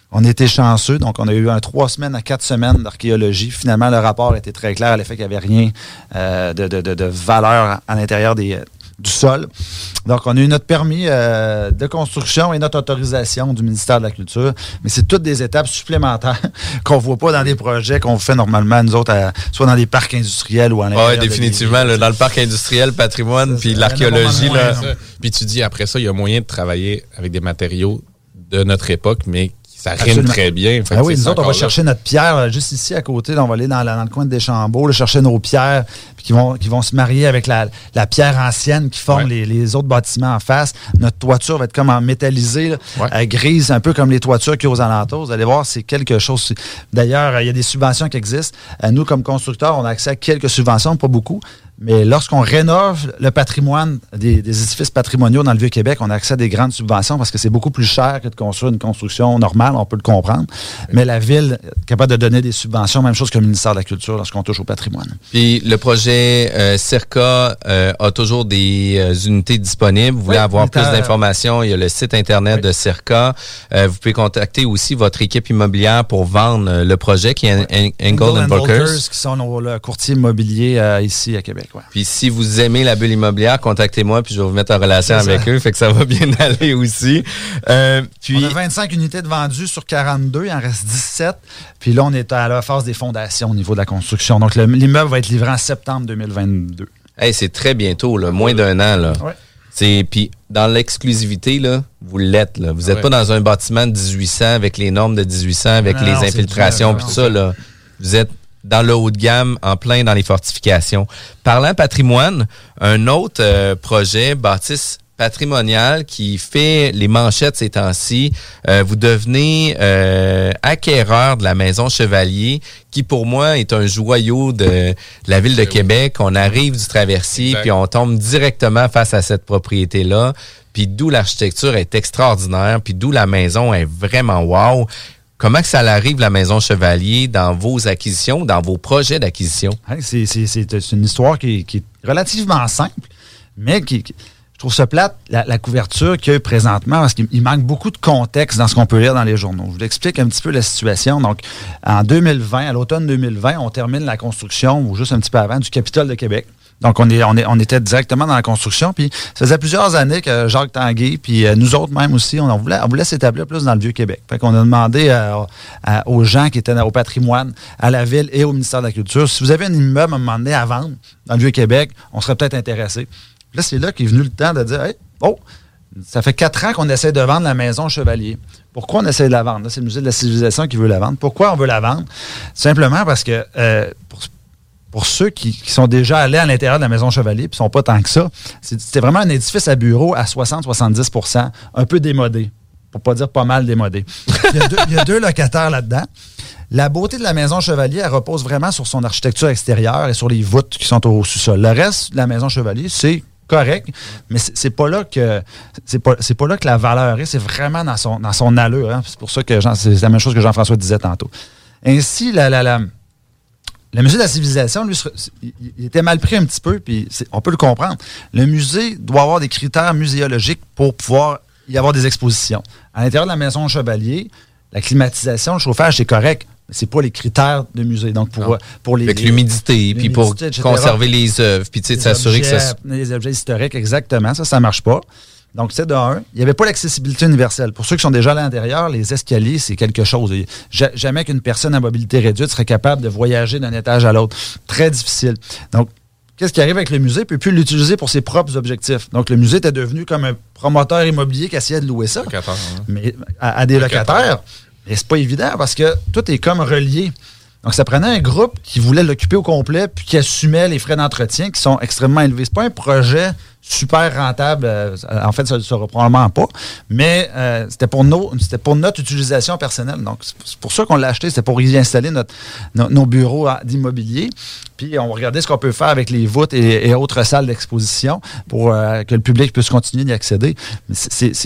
On était chanceux, donc on a eu un trois semaines à quatre semaines d'archéologie. Finalement, le rapport était très clair à l'effet qu'il n'y avait rien euh, de, de, de, de valeur à l'intérieur des, du sol. Donc, on a eu notre permis euh, de construction et notre autorisation du ministère de la Culture. Mais c'est toutes des étapes supplémentaires qu'on ne voit pas dans des projets qu'on fait normalement, nous autres, à, soit dans des parcs industriels ou à l'intérieur. Oui, définitivement. Là, dans le parc industriel, patrimoine, puis l'archéologie. Là. Puis tu dis, après ça, il y a moyen de travailler avec des matériaux de notre époque, mais ça rime Absolument. très bien. Fait ah oui, nous autres, on va là. chercher notre pierre là, juste ici à côté. Là, on va aller dans, la, dans le coin de Deschambault, là, chercher nos pierres puis qui vont, qui vont se marier avec la, la pierre ancienne qui forme ouais. les, les autres bâtiments en face. Notre toiture va être comme en métallisé, là, ouais. euh, grise, un peu comme les toitures qu'il y a aux alentours. Vous allez voir, c'est quelque chose. D'ailleurs, il y a des subventions qui existent. Euh, nous, comme constructeurs, on a accès à quelques subventions, pas beaucoup. Mais lorsqu'on rénove le patrimoine des, des édifices patrimoniaux dans le Vieux-Québec, on a accès à des grandes subventions parce que c'est beaucoup plus cher que de construire une construction normale, on peut le comprendre. Mais la Ville est capable de donner des subventions, même chose que le ministère de la Culture lorsqu'on touche au patrimoine. Puis le projet euh, Circa euh, a toujours des euh, unités disponibles. Vous voulez oui, avoir plus d'informations, il y a le site Internet oui. de Circa. Euh, vous pouvez contacter aussi votre équipe immobilière pour vendre euh, le projet qui est oui. Angle and Brokers. qui sont nos le courtier immobilier euh, ici à Québec. Ouais. Puis si vous aimez la bulle immobilière, contactez-moi puis je vais vous mettre en relation avec eux. Fait que ça va bien aller aussi. Euh, puis... On a vingt-cinq unités de vendues sur quarante-deux. Il en reste dix-sept. Puis là, on est à la phase des fondations au niveau de la construction. Donc, le, l'immeuble va être livré en septembre deux mille vingt-deux. Hey, c'est très bientôt, là, moins d'un an. Là. Ouais. C'est, puis dans l'exclusivité, là, vous l'êtes. Là. Vous n'êtes ouais. pas dans un bâtiment de dix-huit cents avec les normes de dix-huit cents, avec non, les non, infiltrations puis tout ça. Là. Vous êtes dans le haut de gamme, en plein dans les fortifications. Parlant patrimoine, un autre euh, projet, bâtisse patrimonial, qui fait les manchettes ces temps-ci. Euh, vous devenez euh, acquéreur de la Maison Chevalier, qui pour moi est un joyau de, de la Ville de Québec. On arrive du traversier, exact. Puis on tombe directement face à cette propriété-là, puis d'où l'architecture est extraordinaire, puis d'où la maison est vraiment wow. Comment que ça arrive, la Maison Chevalier, dans vos acquisitions, dans vos projets d'acquisition? C'est, c'est, c'est une histoire qui est, qui est relativement simple, mais qui, qui je trouve ça plate, la, la couverture qu'il y a présentement, parce qu'il manque beaucoup de contexte dans ce qu'on peut lire dans les journaux. Je vous explique un petit peu la situation. Donc, en deux mille vingt, à l'automne deux mille vingt, on termine la construction, ou juste un petit peu avant, du Capitole de Québec. Donc, on, est, on, est, on était directement dans la construction. Puis, ça faisait plusieurs années que Jacques Tanguay, puis euh, nous autres même aussi, on voulait, on voulait s'établir plus dans le Vieux-Québec. Fait qu'on a demandé à, à, aux gens qui étaient au patrimoine, à la Ville et au ministère de la Culture, si vous avez un immeuble à un moment donné à vendre dans le Vieux-Québec, on serait peut-être intéressé. Puis là, c'est là qu'est venu le temps de dire, hey, oh, ça fait quatre ans qu'on essaie de vendre la Maison Chevalier. Pourquoi on essaie de la vendre? Là, c'est le Musée de la Civilisation qui veut la vendre. Pourquoi on veut la vendre? Simplement parce que euh, pour, pour ceux qui, qui sont déjà allés à l'intérieur de la Maison Chevalier, puis ne sont pas tant que ça, c'est, c'était vraiment un édifice à bureau à soixante à soixante-dix pour cent, un peu démodé, pour pas dire pas mal démodé. Il y a deux, il y a deux locataires là-dedans. La beauté de la Maison Chevalier, elle repose vraiment sur son architecture extérieure et sur les voûtes qui sont au sous-sol. Le reste de la Maison Chevalier, c'est correct, mais c'est, c'est pas là que c'est pas, c'est pas là que la valeur est, c'est vraiment dans son, dans son allure. Hein. C'est pour ça que Jean, c'est la même chose que Jean-François disait tantôt. Ainsi, la, la, la, le musée de la civilisation, lui, il était mal pris un petit peu, puis on peut le comprendre. Le musée doit avoir des critères muséologiques pour pouvoir y avoir des expositions. À l'intérieur de la Maison Chevalier, la climatisation, le chauffage, c'est correct. C'est pas les critères de musée. Donc, pour, pour les. Avec l'humidité, puis pour et cetera, conserver les œuvres, puis tu sais, de s'assurer objets, que ça. Les objets historiques, exactement. Ça, ça marche pas. Donc, c'est de un. Il n'y avait pas l'accessibilité universelle. Pour ceux qui sont déjà à l'intérieur, les escaliers, c'est quelque chose. Jamais qu'une personne à mobilité réduite serait capable de voyager d'un étage à l'autre. Très difficile. Donc, qu'est-ce qui arrive avec le musée? Il ne peut plus l'utiliser pour ses propres objectifs. Donc, le musée était devenu comme un promoteur immobilier qui essayait de louer ça. Locataire, hein. Mais à, à des locataires. locataires. Et c'est pas évident parce que tout est comme relié. Donc, ça prenait un groupe qui voulait l'occuper au complet puis qui assumait les frais d'entretien qui sont extrêmement élevés. C'est pas un projet super rentable. Euh, en fait, ça ne sera probablement pas. Mais euh, c'était pour nos, c'était pour notre utilisation personnelle. Donc, c'est pour ça qu'on l'a acheté. C'était pour y installer notre, nos, nos bureaux d'immobilier. Puis, on va regarder ce qu'on peut faire avec les voûtes et, et autres salles d'exposition pour euh, que le public puisse continuer d'y accéder. Mais c'est... c'est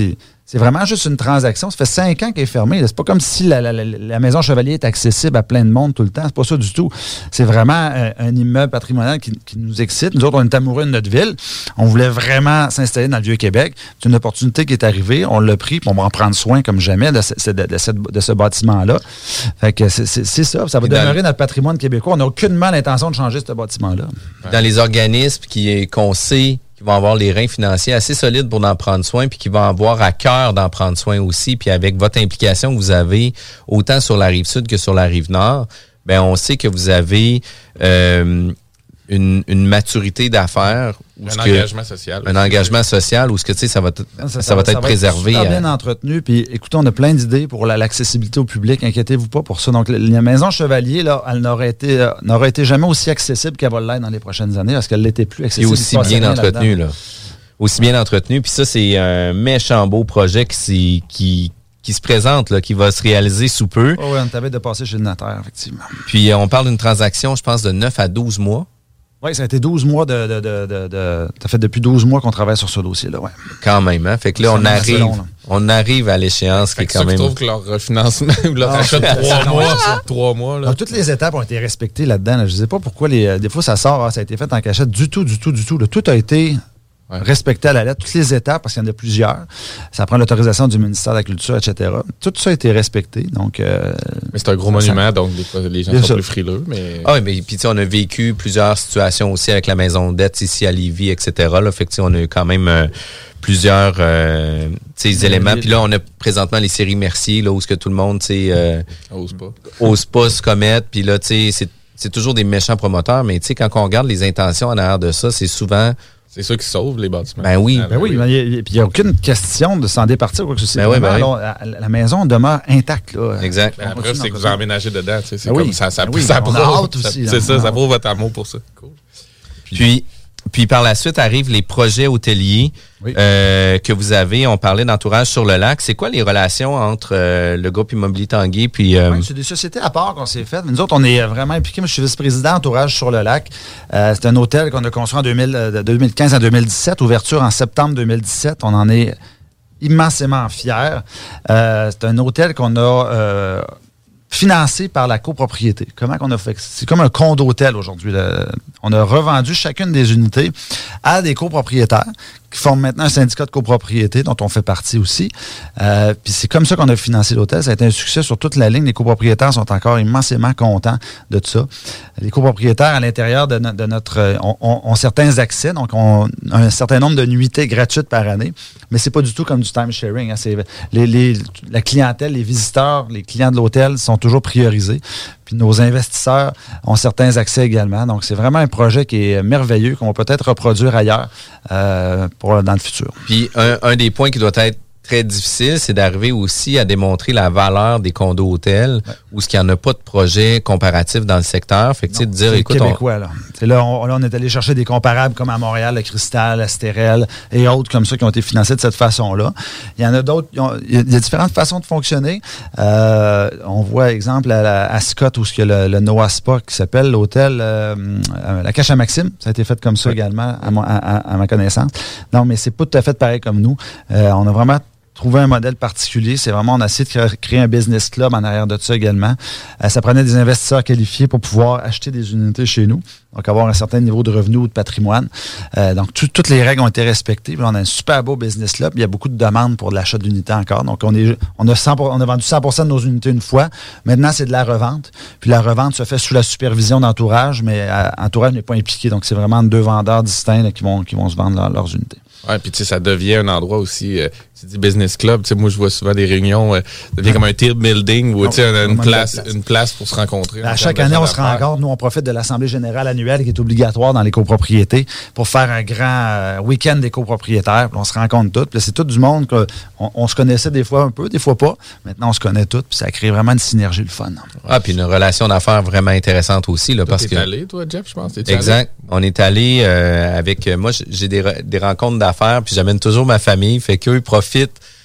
C'est vraiment juste une transaction. Ça fait cinq ans qu'elle est fermée. C'est pas comme si la, la, la, la maison Chevalier est accessible à plein de monde tout le temps. C'est pas ça du tout. C'est vraiment un, un immeuble patrimonial qui, qui nous excite. Nous autres, on est amoureux de notre ville. On voulait vraiment s'installer dans le Vieux-Québec. C'est une opportunité qui est arrivée. On l'a pris, puis on va en prendre soin comme jamais de ce, de, de cette, de ce bâtiment-là. Fait que c'est, c'est, c'est ça. Ça va demeurer notre patrimoine québécois. On n'a aucunement l'intention de changer ce bâtiment-là. Dans les organismes qui, qu'on sait qui vont avoir les reins financiers assez solides pour en prendre soin, puis qui vont avoir à cœur d'en prendre soin aussi, puis avec votre implication que vous avez autant sur la rive sud que sur la rive nord, ben on sait que vous avez euh, une, une maturité d'affaires. Un engagement social. Un engagement social où ce que tu sais, ça va, t- ça, ça, ça va être ça préservé. Ça va être super bien entretenu. Puis écoutez, on a plein d'idées pour la, l'accessibilité au public. Inquiétez-vous pas pour ça. Donc, la maison Chevalier, là, elle n'aurait été, euh, n'aurait été jamais aussi accessible qu'elle va l'être dans les prochaines années parce qu'elle l'était plus accessible. Et aussi bien entretenue, là. Aussi bien entretenue. Puis ça, c'est un méchant beau projet qui, qui, qui se présente, là, qui va se réaliser sous peu. Oh oui, on t'avait de passer chez le notaire, effectivement. Puis on parle d'une transaction, je pense, de neuf à douze mois. Oui, ça a été douze mois de... de, de, de, de ça fait depuis douze mois qu'on travaille sur ce dossier-là, ouais. Quand même, hein? Fait que là, on arrive, long, là. on arrive à l'échéance fait qui est quand même... Je trouve que leur refinancement ou leur achat de trois mois sur trois mois, là. Donc, toutes les étapes ont été respectées là-dedans. Là. Je ne sais pas pourquoi les, des fois ça sort, ah, ça a été fait en cachette. Du tout, du tout, du tout. Là. Tout a été... Ouais. Respecter à la lettre toutes les étapes, parce qu'il y en a plusieurs. Ça prend l'autorisation du ministère de la Culture, et cetera. Tout ça a été respecté. Donc, euh, mais c'est un gros monument, ça, donc des fois, les gens sont ça. plus frileux. Mais... Ah oui, mais puis on a vécu plusieurs situations aussi avec la maison de dette ici à Lévis, et cetera. Là, fait que on a eu quand même euh, plusieurs euh, éléments. Puis là, on a présentement les séries Mercier, là, où ce que tout le monde euh, ose pas. ose pas se commettre. Puis là, tu sais, c'est, c'est toujours des méchants promoteurs, mais tu sais, quand on regarde les intentions en arrière de ça, c'est souvent... C'est ça qui sauve les bâtiments. Ben oui. Ben, ben oui, puis il n'y a aucune question de s'en départir ou quoi que ce soit. Ben oui, ben alors, la, la maison demeure intacte. Là. Exact. Ben après, c'est que vous emménagez dedans. C'est ben comme oui. ça, ça, ben oui, ça, ça prouve. hâte aussi. C'est ça, ça prouve votre amour pour ça. Cool. Puis, puis, puis par la suite arrivent les projets hôteliers oui. euh, que vous avez. On parlait d'entourage sur le lac. C'est quoi les relations entre euh, le groupe Immobilier Tanguay puis... Euh... Oui, c'est des sociétés à part qu'on s'est faites. Mais nous autres, on est vraiment impliqués. Moi, je suis vice-président entourage sur le lac. Euh, c'est un hôtel qu'on a construit en deux mille, de deux mille quinze à deux mille dix-sept. Ouverture en septembre deux mille dix-sept. On en est immensément fiers. Euh, c'est un hôtel qu'on a... Euh, financé par la copropriété. Comment qu'on a fait? C'est comme un condo hôtel aujourd'hui. Là. On a revendu chacune des unités à des copropriétaires qui forment maintenant un syndicat de copropriété dont on fait partie aussi. Euh, puis c'est comme ça qu'on a financé l'hôtel. Ça a été un succès sur toute la ligne. Les copropriétaires sont encore immensément contents de ça. Les copropriétaires à l'intérieur de, no- de notre... ont, ont, ont certains accès, donc on a un certain nombre de nuitées gratuites par année, mais c'est pas du tout comme du time sharing. Hein. C'est les, les, la clientèle, les visiteurs, les clients de l'hôtel sont toujours priorisés. Puis nos investisseurs ont certains accès également. Donc, c'est vraiment un projet qui est merveilleux, qu'on va peut-être reproduire ailleurs euh, pour, dans le futur. Puis, un, un des points qui doit être très difficile, c'est d'arriver aussi à démontrer la valeur des condos hôtels ouais. où ce qu'il n'y en a pas de projet comparatif dans le secteur. Fait que, tu sais, de dire, c'est écoute, québécois, on... là. C'est là, on, là, on est allé chercher des comparables comme à Montréal, le Cristal, Astérel et autres comme ça qui ont été financés de cette façon-là. Il y en a d'autres, il y a différentes façons de fonctionner. Euh, on voit, exemple, à, la, à Scott, où il y a le, le Noah Spa qui s'appelle l'hôtel euh, La Cache à Maxime. Ça a été fait comme ça oui. également, à, mon, à, à, à ma connaissance. Non, mais c'est pas tout à fait pareil comme nous. Euh, on a vraiment trouver un modèle particulier. C'est vraiment, on a essayé de créer un business club en arrière de ça également. Euh, ça prenait des investisseurs qualifiés pour pouvoir acheter des unités chez nous, donc avoir un certain niveau de revenus ou de patrimoine. Euh, donc, tout, toutes les règles ont été respectées. Puis on a un super beau business club. Il y a beaucoup de demandes pour l'achat d'unités encore. Donc, on est, on a cent pour cent, on a vendu cent pour cent de nos unités une fois. Maintenant, c'est de la revente. Puis la revente se fait sous la supervision d'Entourage, mais euh, Entourage n'est pas impliqué. Donc, c'est vraiment deux vendeurs distincts là, qui vont, qui vont se vendre leur, leurs unités. Ouais, puis tu sais, ça devient un endroit aussi, euh, tu dis business club, tu sais, moi je vois souvent des réunions, euh, ça devient comme un team building où tu sais, on a une place, place, une place pour se rencontrer. À chaque année, on se rencontre. Nous, on profite de l'Assemblée générale annuelle qui est obligatoire dans les copropriétés pour faire un grand euh, week-end des copropriétaires. Puis on se rencontre tous. Puis là, c'est tout du monde qu'on on se connaissait des fois un peu, des fois pas. Maintenant, on se connaît tous. Puis ça crée vraiment une synergie, le fun. Ah, puis une relation d'affaires vraiment intéressante aussi, là, toi, parce t'es que. allé, toi, Jeff, je pense. Exact. On est allé euh, avec. Moi, j'ai des, des rencontres d'affaires, puis j'amène toujours ma famille. Fait qu'eux, ils profitent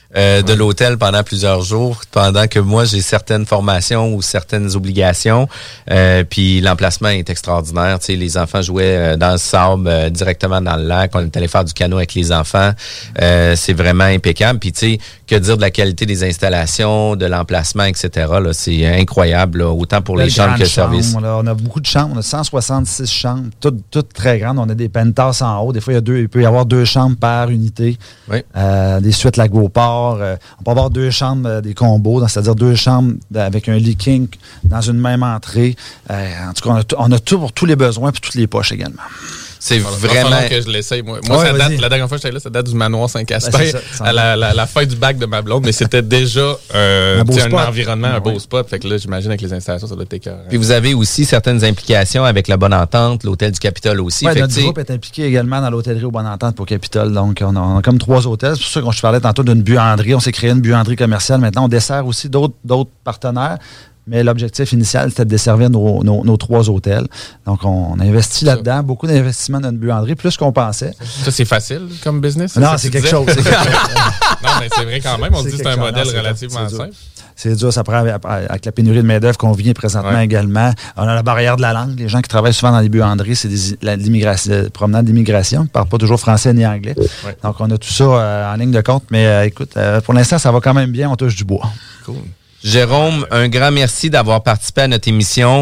euh, de l'hôtel pendant plusieurs jours, pendant que moi, j'ai certaines formations ou certaines obligations. Euh, puis l'emplacement est extraordinaire. Tu sais, les enfants jouaient euh, dans le sable, euh, directement dans le lac. On est allé faire du canot avec les enfants. Euh, c'est vraiment impeccable. Puis tu sais, que dire de la qualité des installations, de l'emplacement, et cetera. Là, c'est incroyable, là, autant pour les chambres que le service. Là, on a beaucoup de chambres. On a cent soixante-six chambres, toutes, toutes très grandes. On a des penthouses en haut. Des fois, il y a deux, il peut y avoir deux chambres par unité. Oui. Euh, des suites Lagoport. Euh, on peut avoir deux chambres, euh, des combos, c'est-à-dire deux chambres avec un lit king dans une même entrée. Euh, en tout cas, on a, t- on a tout pour tous les besoins et toutes les poches également. C'est Alors, vraiment... que je l'essaye. Moi, moi ouais, ça date, vas-y. la dernière fois que j'étais là, ça date du manoir Saint-Castin, ben, ça, ça à la, la, la fin du bac de ma blonde, mais c'était déjà euh, un, beau un spot. environnement, un beau oui. spot. Fait que là, j'imagine avec les installations, ça doit être écœurant. Puis vous avez aussi certaines implications avec la Bonne Entente, l'hôtel du Capitole aussi. Ouais, fait notre que, groupe est impliqué également dans l'hôtellerie au Bonne Entente pour Capitole. Donc, on a, on a comme trois hôtels. C'est pour ça que je parlais tantôt d'une buanderie. On s'est créé une buanderie commerciale. Maintenant, on dessert aussi d'autres, d'autres partenaires. Mais l'objectif initial, c'était de desservir nos, nos, nos trois hôtels. Donc, on, on a investi là-dedans, beaucoup d'investissements dans notre buanderie, plus qu'on pensait. Ça, c'est facile comme business? Non, ça, c'est tu quelque disais? chose. C'est quelque chose. Non, mais c'est vrai quand même. On se C'est dit que c'est un quelque modèle chose. Non, c'est relativement c'est dur. simple. C'est dur, ça prend avec, avec la pénurie de main-d'œuvre qu'on vit présentement Ouais. également. On a la barrière de la langue. Les gens qui travaillent souvent dans les buanderies, c'est des la, l'immigration, des promenades d'immigration. Ils ne parlent pas toujours français ni anglais. Ouais. Donc, on a tout ça euh, en ligne de compte. Mais euh, écoute, euh, pour l'instant, ça va quand même bien. On touche du bois. Cool. Jérôme, un grand merci d'avoir participé à notre émission.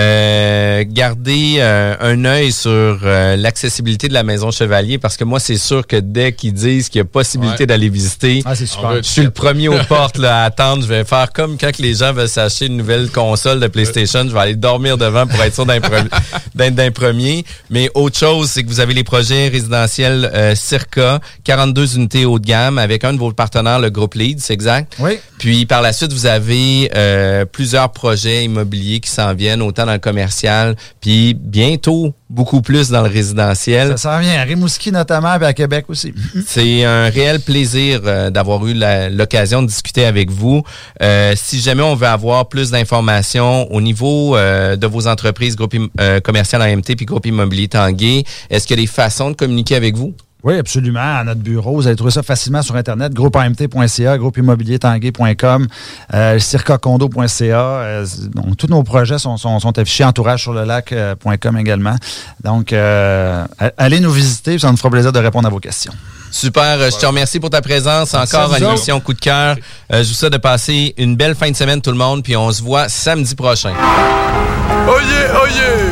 Euh, gardez euh, un œil sur euh, l'accessibilité de la Maison Chevalier parce que moi, c'est sûr que dès qu'ils disent qu'il y a possibilité Ouais. d'aller visiter, Ah, c'est super. je suis le premier aux portes là, à attendre. Je vais faire comme quand les gens veulent s'acheter une nouvelle console de PlayStation. Je vais aller dormir devant pour être sûr d'être d'être d'un premier. Mais autre chose, c'est que vous avez les projets résidentiels euh, Circa, quarante-deux unités haut de gamme avec un de vos partenaires, le groupe Lead, c'est exact? Oui. Puis par la suite, vous avez euh, plusieurs projets immobiliers qui s'en viennent, autant dans le commercial, puis bientôt beaucoup plus dans le résidentiel. Ça s'en vient à Rimouski notamment, et à Québec aussi. C'est un réel plaisir euh, d'avoir eu la- l'occasion de discuter avec vous. Euh, si jamais on veut avoir plus d'informations au niveau euh, de vos entreprises, groupe im- euh, commercial A M T puis groupe immobilier Tanguay, est-ce qu'il y a des façons de communiquer avec vous? Oui, absolument. À notre bureau, vous allez trouver ça facilement sur Internet. groupe A M T point C A, groupe immobilier tanguay point com, euh, circa condo point C A. Euh, donc, tous nos projets sont, sont, sont affichés. entourage sur le lac point com également. Donc, euh, allez nous visiter, ça nous fera plaisir de répondre à vos questions. Super, euh, je te remercie pour ta présence. Merci Encore à une vous émission Coup de cœur. Euh, je vous souhaite de passer une belle fin de semaine tout le monde, puis on se voit samedi prochain. Oh yeah, oh yeah!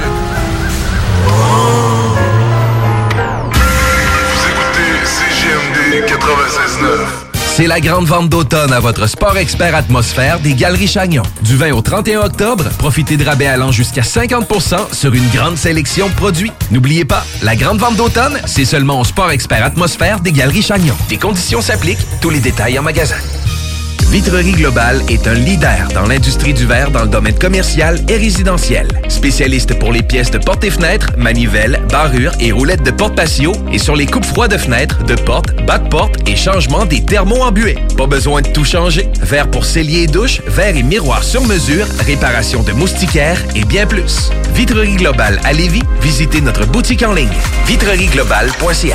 Vous écoutez C G M D quatre-vingt-seize neuf. C'est la grande vente d'automne à votre Sport Expert Atmosphère des Galeries Chagnon. Du vingt au trente et un octobre, profitez de rabais allant jusqu'à cinquante pour cent sur une grande sélection de produits. N'oubliez pas, la grande vente d'automne, c'est seulement au Sport Expert Atmosphère des Galeries Chagnon. Des conditions s'appliquent, tous les détails en magasin. Vitrerie Globale est un leader dans l'industrie du verre dans le domaine commercial et résidentiel. Spécialiste pour les pièces de portes et fenêtres, manivelles, barrures et roulettes de porte patio et sur les coupes froides de fenêtres, de portes, bas de porte et changement des thermos en buée. Pas besoin de tout changer. Verre pour cellier et douche, verre et miroir sur mesure, réparation de moustiquaires et bien plus. Vitrerie Globale à Lévis, visitez notre boutique en ligne vitrerie globale point c a.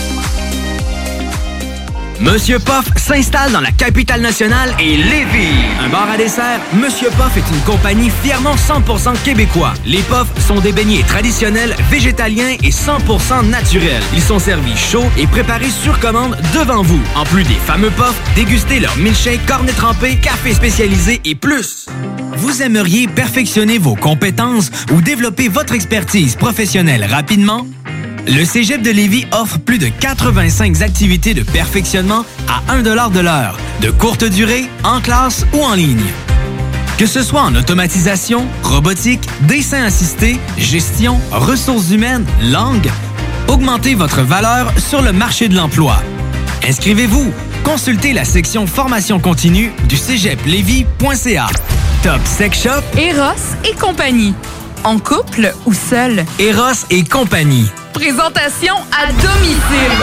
Monsieur Poff s'installe dans la capitale nationale et Lévis. Un bar à dessert, Monsieur Poff est une compagnie fièrement cent pour cent québécois. Les Poffs sont des beignets traditionnels, végétaliens et cent pour cent naturels. Ils sont servis chauds et préparés sur commande devant vous. En plus des fameux Poffs, dégustez leur milkshake, cornet trempé, café spécialisé et plus. Vous aimeriez perfectionner vos compétences ou développer votre expertise professionnelle rapidement? Le Cégep de Lévis offre plus de quatre-vingt-cinq activités de perfectionnement à un dollar de l'heure, de courte durée, en classe ou en ligne. Que ce soit en automatisation, robotique, dessin assisté, gestion, ressources humaines, langue, augmentez votre valeur sur le marché de l'emploi. Inscrivez-vous. Consultez la section formation continue du cégep lévis point c a. Top Sex Shop, Eros et compagnie. En couple ou seul? Eros et compagnie. Présentation à domicile.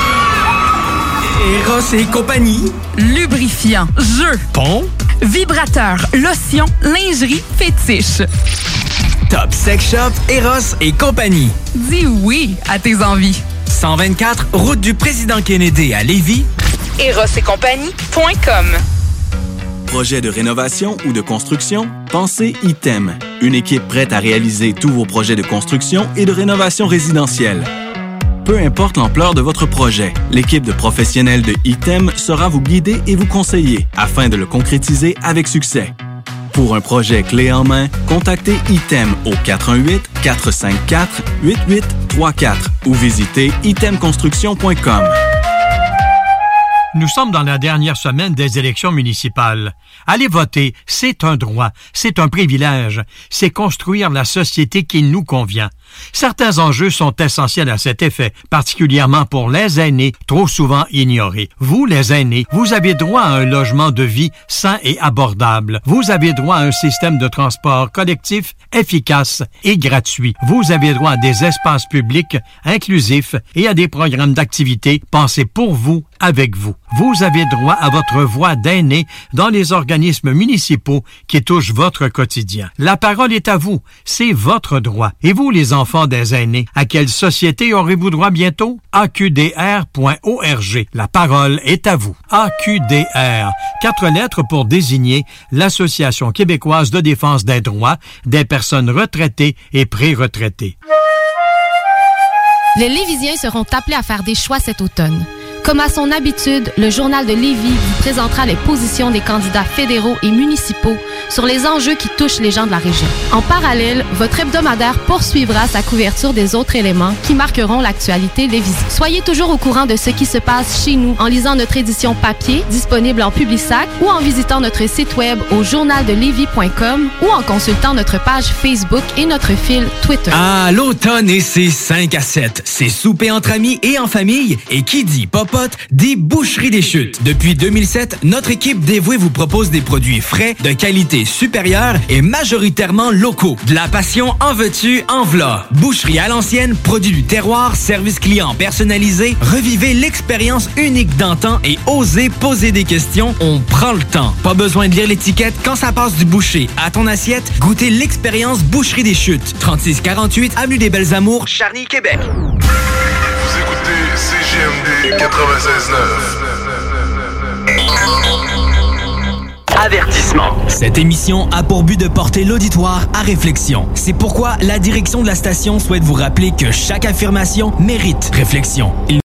Eros et compagnie. Lubrifiant, jeu, Pont. vibrateur, lotion, lingerie, fétiche. Top Sex Shop, Eros et compagnie. Dis oui à tes envies. cent vingt-quatre, route du président Kennedy à Lévis. eros et compagnie point com. Projet de rénovation ou de construction? Pensez Item. Une équipe prête à réaliser tous vos projets de construction et de rénovation résidentielle. Peu importe l'ampleur de votre projet, l'équipe de professionnels de Item saura vous guider et vous conseiller afin de le concrétiser avec succès. Pour un projet clé en main, contactez Item au quatre un huit, quatre cinq quatre, huit huit trois quatre ou visitez item construction point com. Nous sommes dans la dernière semaine des élections municipales. Aller voter, c'est un droit, c'est un privilège, c'est construire la société qui nous convient. Certains enjeux sont essentiels à cet effet, particulièrement pour les aînés, trop souvent ignorés. Vous, les aînés, vous avez droit à un logement de vie sain et abordable. Vous avez droit à un système de transport collectif efficace et gratuit. Vous avez droit à des espaces publics inclusifs et à des programmes d'activité pensés pour vous, avec vous. Vous avez droit à votre voix d'aîné dans les organismes municipaux qui touchent votre quotidien. La parole est à vous. C'est votre droit. Et vous, les enfants des aînés, à quelle société aurez-vous droit bientôt? A Q D R point org. La parole est à vous. A Q D R. Quatre lettres pour désigner l'Association québécoise de défense des droits des personnes retraitées et pré-retraitées. Les Lévisiens seront appelés à faire des choix cet automne. Comme à son habitude, le Journal de Lévis vous présentera les positions des candidats fédéraux et municipaux sur les enjeux qui touchent les gens de la région. En parallèle, votre hebdomadaire poursuivra sa couverture des autres éléments qui marqueront l'actualité lévisienne. Soyez toujours au courant de ce qui se passe chez nous en lisant notre édition papier, disponible en Publisac, ou en visitant notre site web au journal de lévis point com ou en consultant notre page Facebook et notre fil Twitter. Ah, l'automne et ses cinq à sept. C'est souper entre amis et en famille. Et qui dit pop des Boucheries des Chutes. Depuis deux mille sept, notre équipe dévouée vous propose des produits frais, de qualité supérieure et majoritairement locaux. De la passion en veux-tu, en v'là. Boucherie à l'ancienne, produits du terroir, service client personnalisé. Revivez l'expérience unique d'antan et osez poser des questions. On prend le temps. Pas besoin de lire l'étiquette quand ça passe du boucher à ton assiette. Goûtez l'expérience Boucherie des Chutes. trente-six quarante-huit, Avenue des Belles Amours, Charny, Québec. Vous écoutez C G M D quatre-vingt-seize neuf. Avertissement. Cette émission a pour but de porter l'auditoire à réflexion. C'est pourquoi la direction de la station souhaite vous rappeler que chaque affirmation mérite réflexion. Il